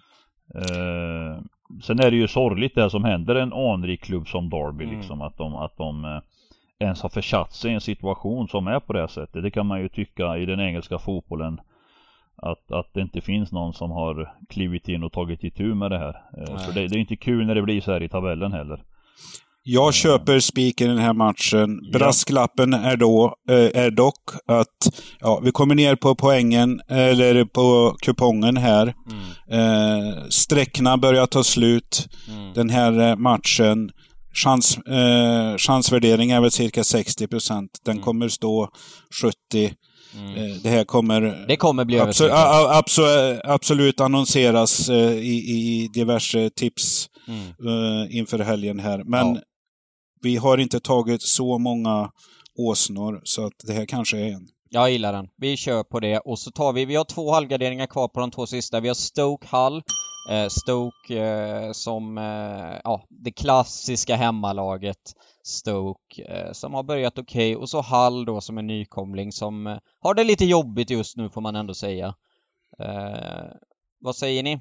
Uh, sen är det ju sorgligt det som händer en anrik klubb som Derby, Mm. liksom, att de, att de uh, ens har försatt sig i en situation som är på det här sättet. Det kan man ju tycka i den engelska fotbollen, att, att det inte finns någon som har klivit in och tagit itu med det här. Uh, för det, det är inte kul när det blir så här i tabellen heller. Jag köper spiken i den här matchen. Ja. Brasklappen är då eh, är dock att ja, vi kommer ner på poängen eller på kupongen här. Mm. Eh, sträckna börjar ta slut. Mm. Den här eh, matchen, chans, eh, chansvärdering är väl cirka sextio procent. Den Mm. kommer stå sjuttio. Mm. Eh, det här kommer Det kommer bli absolut, övertryckat. absolut, absolut annonseras eh, i, i diverse tips Mm. eh, inför helgen här. Men Ja. vi har inte tagit så många åsnor så att det här kanske är en. Jag gillar den. Vi kör på det. Och så tar vi, vi har två halvgarderingar kvar på de två sista. Vi har Stoke Hull. Eh, Stoke eh, som eh, ja, det klassiska hemmalaget. Stoke eh, som har börjat okej. Och så Hull då som en nykomling som eh, har det lite jobbigt just nu, får man ändå säga. Eh, vad säger ni?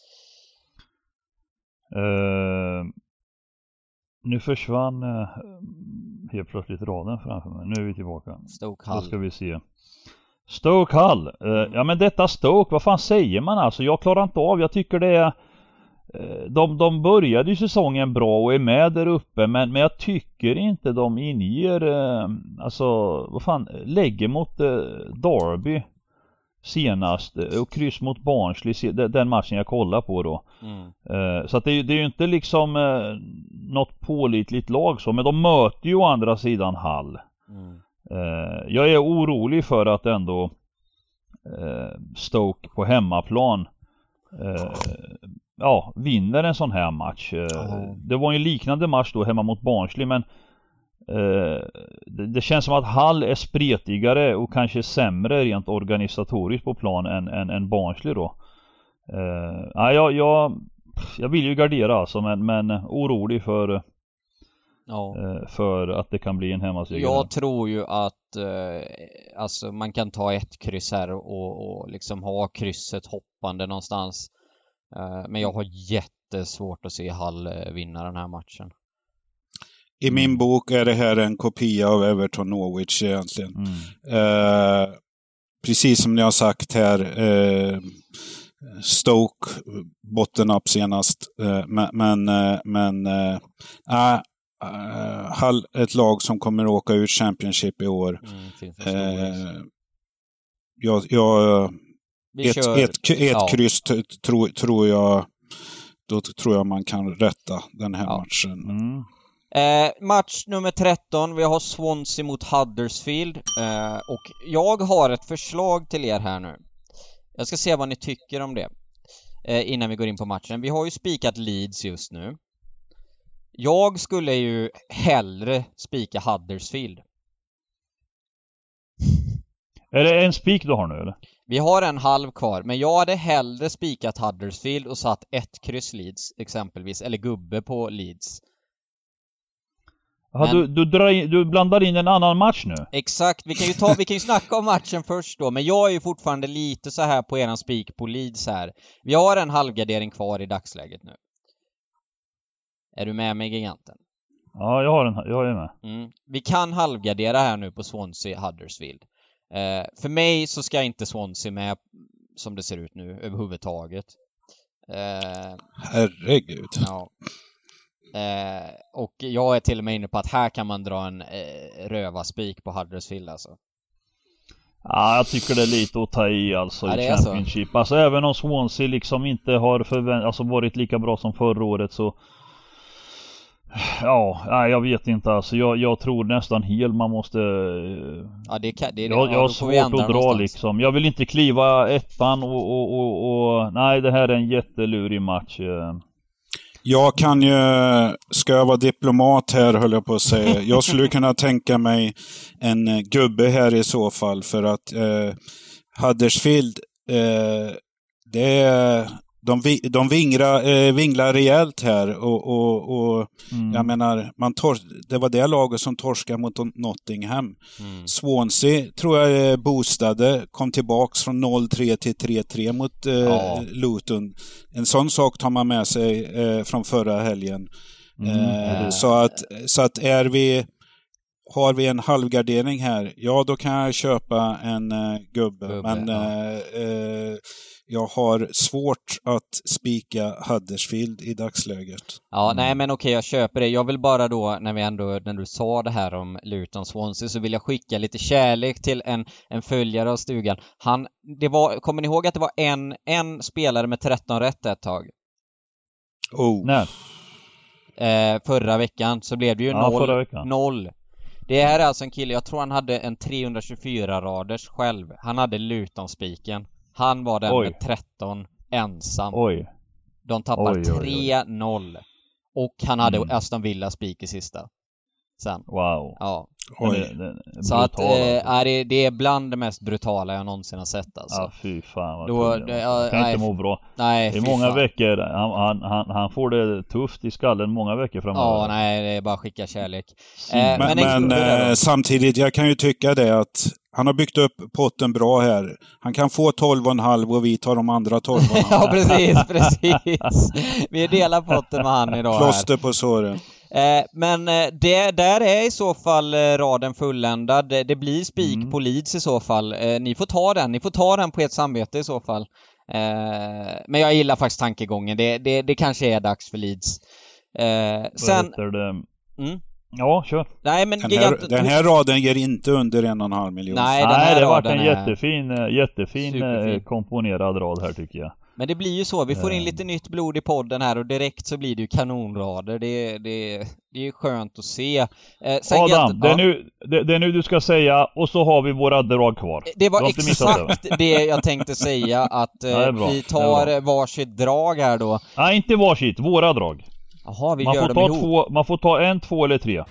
Uh, nu försvann uh, helt plötsligt raden framför mig. Nu är vi tillbaka. Stoke Då Hull. ska vi se. Stoke Hull. Uh, ja, men detta Stoke, vad fan säger man alltså? Jag klarar inte av. Jag tycker det är uh, de, de började ju säsongen bra och är med där uppe, men, men jag tycker inte de inger uh, alltså, vad fan, lägger mot uh, Derby senast och kryss mot Barnsley, den matchen jag kollar på då. Mm. Uh, så att det, det är ju inte liksom uh, något pålitligt lag så, men de möter ju å andra sidan Hull. Mm. Uh, jag är orolig för att ändå uh, Stoke på hemmaplan uh, ja, vinner en sån här match. Uh, Mm. Det var ju en liknande match då hemma mot Barnsley, men Uh, det, det känns som att Hull är spretigare och kanske sämre rent organisatoriskt på plan än, än, än Barnsley då. Uh, ja, jag, jag, jag vill ju gardera alltså, men, men orolig för, Ja. uh, för att det kan bli en hemmaseger. Jag tror ju att eh, alltså man kan ta ett kryss här och, och liksom ha krysset hoppande någonstans. Eh, men jag har jättesvårt att se Hull eh, vinna den här matchen. I min bok är det här en kopia av Everton Norwich egentligen. Mm. Eh, precis som ni har sagt här, eh, Stoke botten upp senast. Eh, men men, eh, men eh, äh, ett lag som kommer åka ut Championship i år. Mm, finns det Eh, jag, jag, Vi ett kör- ett, ett ja. kryss t- tror, tror jag då tror jag man kan rätta den här Ja. matchen. Mm. Eh, match nummer tretton, vi har Swansea mot Huddersfield. Eh, och jag har ett förslag till er här nu. Jag ska se vad ni tycker om det eh, innan vi går in på matchen. Vi har ju spikat Leeds just nu. Jag skulle ju hellre spika Huddersfield. Är det en spik du har nu eller? Vi har en halv kvar, men jag hade hellre spikat Huddersfield och satt ett kryss Leeds exempelvis, eller gubbe på Leeds. Aha, men... du, du, drar in, du blandar in en annan match nu. Exakt, vi kan ju ta, vi kan ju snacka om matchen först då. Men jag är ju fortfarande lite så här på eran spik på Leeds här. Vi har en halvgardering kvar i dagsläget nu. Är du med mig, giganten? Ja, jag har en, jag är med. Mm. Vi kan halvgardera här nu på Swansea Huddersfield. Eh, för mig så ska inte Swansea med som det ser ut nu överhuvudtaget. Eh, Herregud. Ja. Eh, och jag är till och med inne på att här kan man dra en eh, rövarspik på Huddersfield alltså. Ja, jag tycker det är lite att ta i alltså ja, i Championship. Så. Alltså även om Swansea liksom inte har förvänt- alltså varit lika bra som förra året så ja, nej, jag vet inte alltså. Jag, jag tror nästan hel man måste ja, det kan, det är det. Jag, jag har svårt att dra någonstans. Liksom. Jag vill inte kliva ettan och, och, och, och nej, det här är en jättelurig match. Jag kan ju, ska jag vara diplomat här höll jag på att säga. Jag skulle kunna tänka mig en gubbe här i så fall för att eh, Huddersfield eh, det är de, de vingrar, eh, vinglar rejält här och, och, och mm. jag menar man tors, det var det laget som torskade mot Nottingham. Mm. Swansea tror jag är boostade, kom tillbaks från noll tre till tre tre mot eh, ja. Luton. En sån sak tar man med sig eh, från förra helgen. Mm. Eh, så att så att är vi har vi en halvgardering här, ja då kan jag köpa en uh, gubbe, gubbe men ja. uh, uh, jag har svårt att spika Huddersfield i dagsläget. Ja, mm. nej men okej, jag köper det. Jag vill bara då, när vi ändå, när du sa det här om Luton Swansea, så vill jag skicka lite kärlek till en, en följare av stugan. Han, det var, kommer ni ihåg att det var en, en spelare med tretton rätt ett tag? Oh. Nej. Eh, förra veckan så blev det ju ja, noll. noll. Det här är alltså en kille, jag tror han hade en trehundratjugofyra raders själv. Han hade Luton-spiken. Han var den oj. Med tretton ensam. Oj. De tappar tre noll. Och han hade mm. Aston Villa spik i sista. Sen. Wow. Ja. Oj. Det, det, det så att eh, är det, det är bland det mest brutala jag någonsin har sett alltså. Ja, fy fan vad Då, det, jag kan nej, inte må bra. Nej, det är många fan. veckor han, han, han, han får det tufft i skallen många veckor framöver. Ja, nej, det är bara skicka kärlek. Eh, men men eh, samtidigt, jag kan ju tycka det att han har byggt upp potten bra här. Han kan få tolv komma fem och vi tar de andra tolv komma fem. Ja, precis, precis. Vi delar potten med han idag. Plåster på såren. Eh, men eh, det där är i så fall eh, raden fulländad. Det, det blir spik mm. på Leeds i så fall. Eh, ni får ta den. Ni får ta den på ert samvete i så fall. Eh, men jag gillar faktiskt tankegången. Det, det, det kanske är dags för Leeds. Eh, sen... Mm. Ja, kör. Nej, men den, här, gigant... den här raden ger inte under en och en halv miljon. Nej, den här Nej det har varit en är... jättefin, jättefin Superfin. komponerad rad här tycker jag. Men det blir ju så, vi får in lite nytt blod i podden här och direkt så blir det ju kanonrader. Det, det, det är ju skönt att se. Eh, Adam, jag, det, är nu, det, det är nu du ska säga och så har vi våra drag kvar. Det var exakt det. det jag tänkte säga att eh, ja, vi tar varsitt drag här då. Nej, inte varsitt, våra drag. Jaha, vi man gör får dem ta ihop. Två, man får ta en, två eller tre.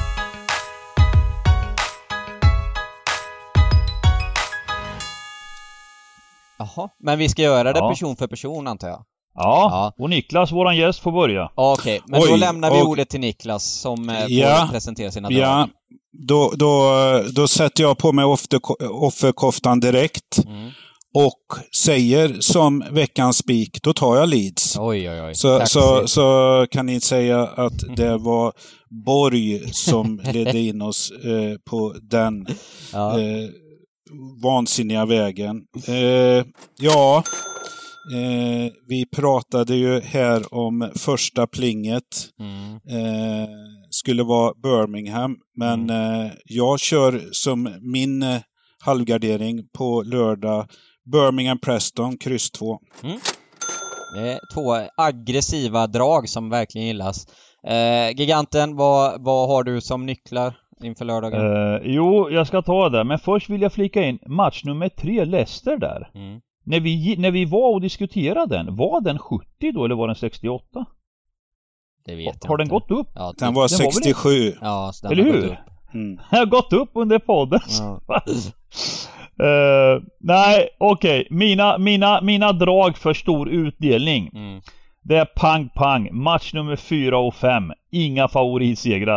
Jaha, men vi ska göra det ja. person för person antar jag. Ja, ja. Och Niklas, våran gäst, får börja. Okej, okay, men Oj, då lämnar vi och... ordet till Niklas som får ja, presentera sina drag. Ja, då, då, då sätter jag på mig offerkoftan direkt. Mm. Och säger som veckans spik, då tar jag Leeds. Oj, oj, oj. Så, så, så kan ni säga att det var Borg som ledde in oss eh, på den ja. eh, vansinniga vägen. Eh, ja, eh, vi pratade ju här om första plinget. Mm. Eh, skulle vara Birmingham. Men mm. eh, jag kör som min eh, halvgardering på lördag Birmingham Preston, kryss två. Mm. Det är två aggressiva drag som verkligen gillas. Eh, giganten, vad, vad har du som nycklar inför lördagen? Eh, jo, jag ska ta det. Men först vill jag flika in match nummer tre, Leicester där. Mm. När, vi, när vi var och diskuterade den, var den sjuttio då eller var den sextioåtta? Det vet jag Har den inte. gått upp? Ja, den var den sextiosju. Var ja, så den eller har hur? Gått upp. Mm. Den har gått upp under podden. Ja. Uh, nej, okej. Okay. Mina, mina, mina drag för stor utdelning. Mm. Det är pang pang. Match nummer fyra och fem. Inga favoritsegrar.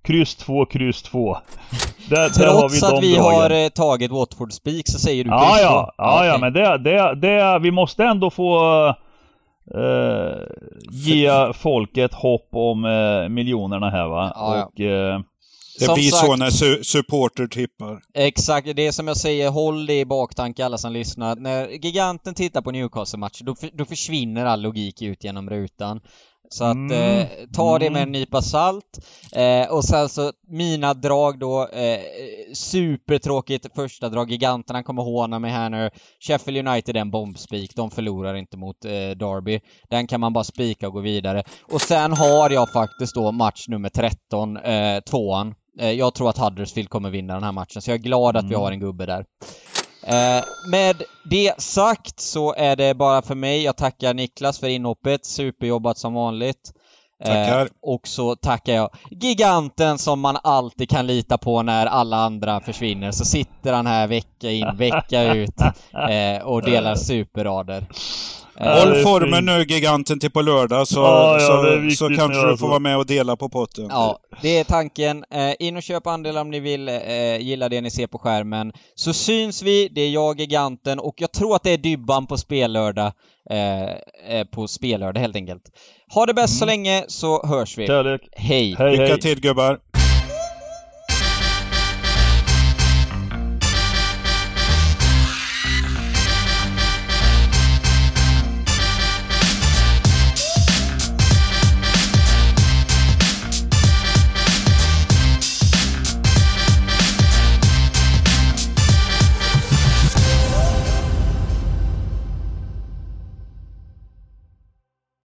kryss två, kryss två. Där, Trots där har vi att vi dragen. har eh, tagit Watford Speak så säger du Ja, kryss ja, ja, okay. ja, men det, det, det, vi måste ändå få eh, ge folket hopp om eh, miljonerna här, va? Ja, ja. Och... Eh, Det som blir sagt, så när su- supporter tippar. Exakt, det är som jag säger, håll det i baktanke alla som lyssnar. När giganten tittar på Newcastle-matcher, då, då försvinner all logik ut genom rutan. Så att Mm. eh, ta det med en Mm. nypa salt. Eh, och sen så mina drag då, eh, supertråkigt första drag. Giganterna kommer håna mig här nu. Sheffield United är en bombspik, de förlorar inte mot eh, Derby. Den kan man bara spika och gå vidare. Och sen har jag faktiskt då match nummer tretton, eh, tvåan. Eh, jag tror att Huddersfield kommer vinna den här matchen, så jag är glad att vi har en gubbe där. Eh, med det sagt så är det bara för mig. Jag tackar Niklas för inhoppet, superjobbat som vanligt. Tackar. Eh, och så tackar jag giganten som man alltid kan lita på när alla andra försvinner. Så sitter han här vecka in, vecka ut eh, och delar superrader. Eh, Håll formen nu, giganten, till på lördag, så, ja, ja, så, så kanske du får vara med och dela på potten. Ja, det är tanken. Eh, in och köp andelar om ni vill eh, gilla det ni ser på skärmen. Så syns vi, det är jag, giganten, och jag tror att det är Dybban på spellördag. Eh, på spellördag helt enkelt. Ha det bäst mm. så länge, så hörs vi. Kärlek. Hej. Hej, Lycka hej. till, gubbar.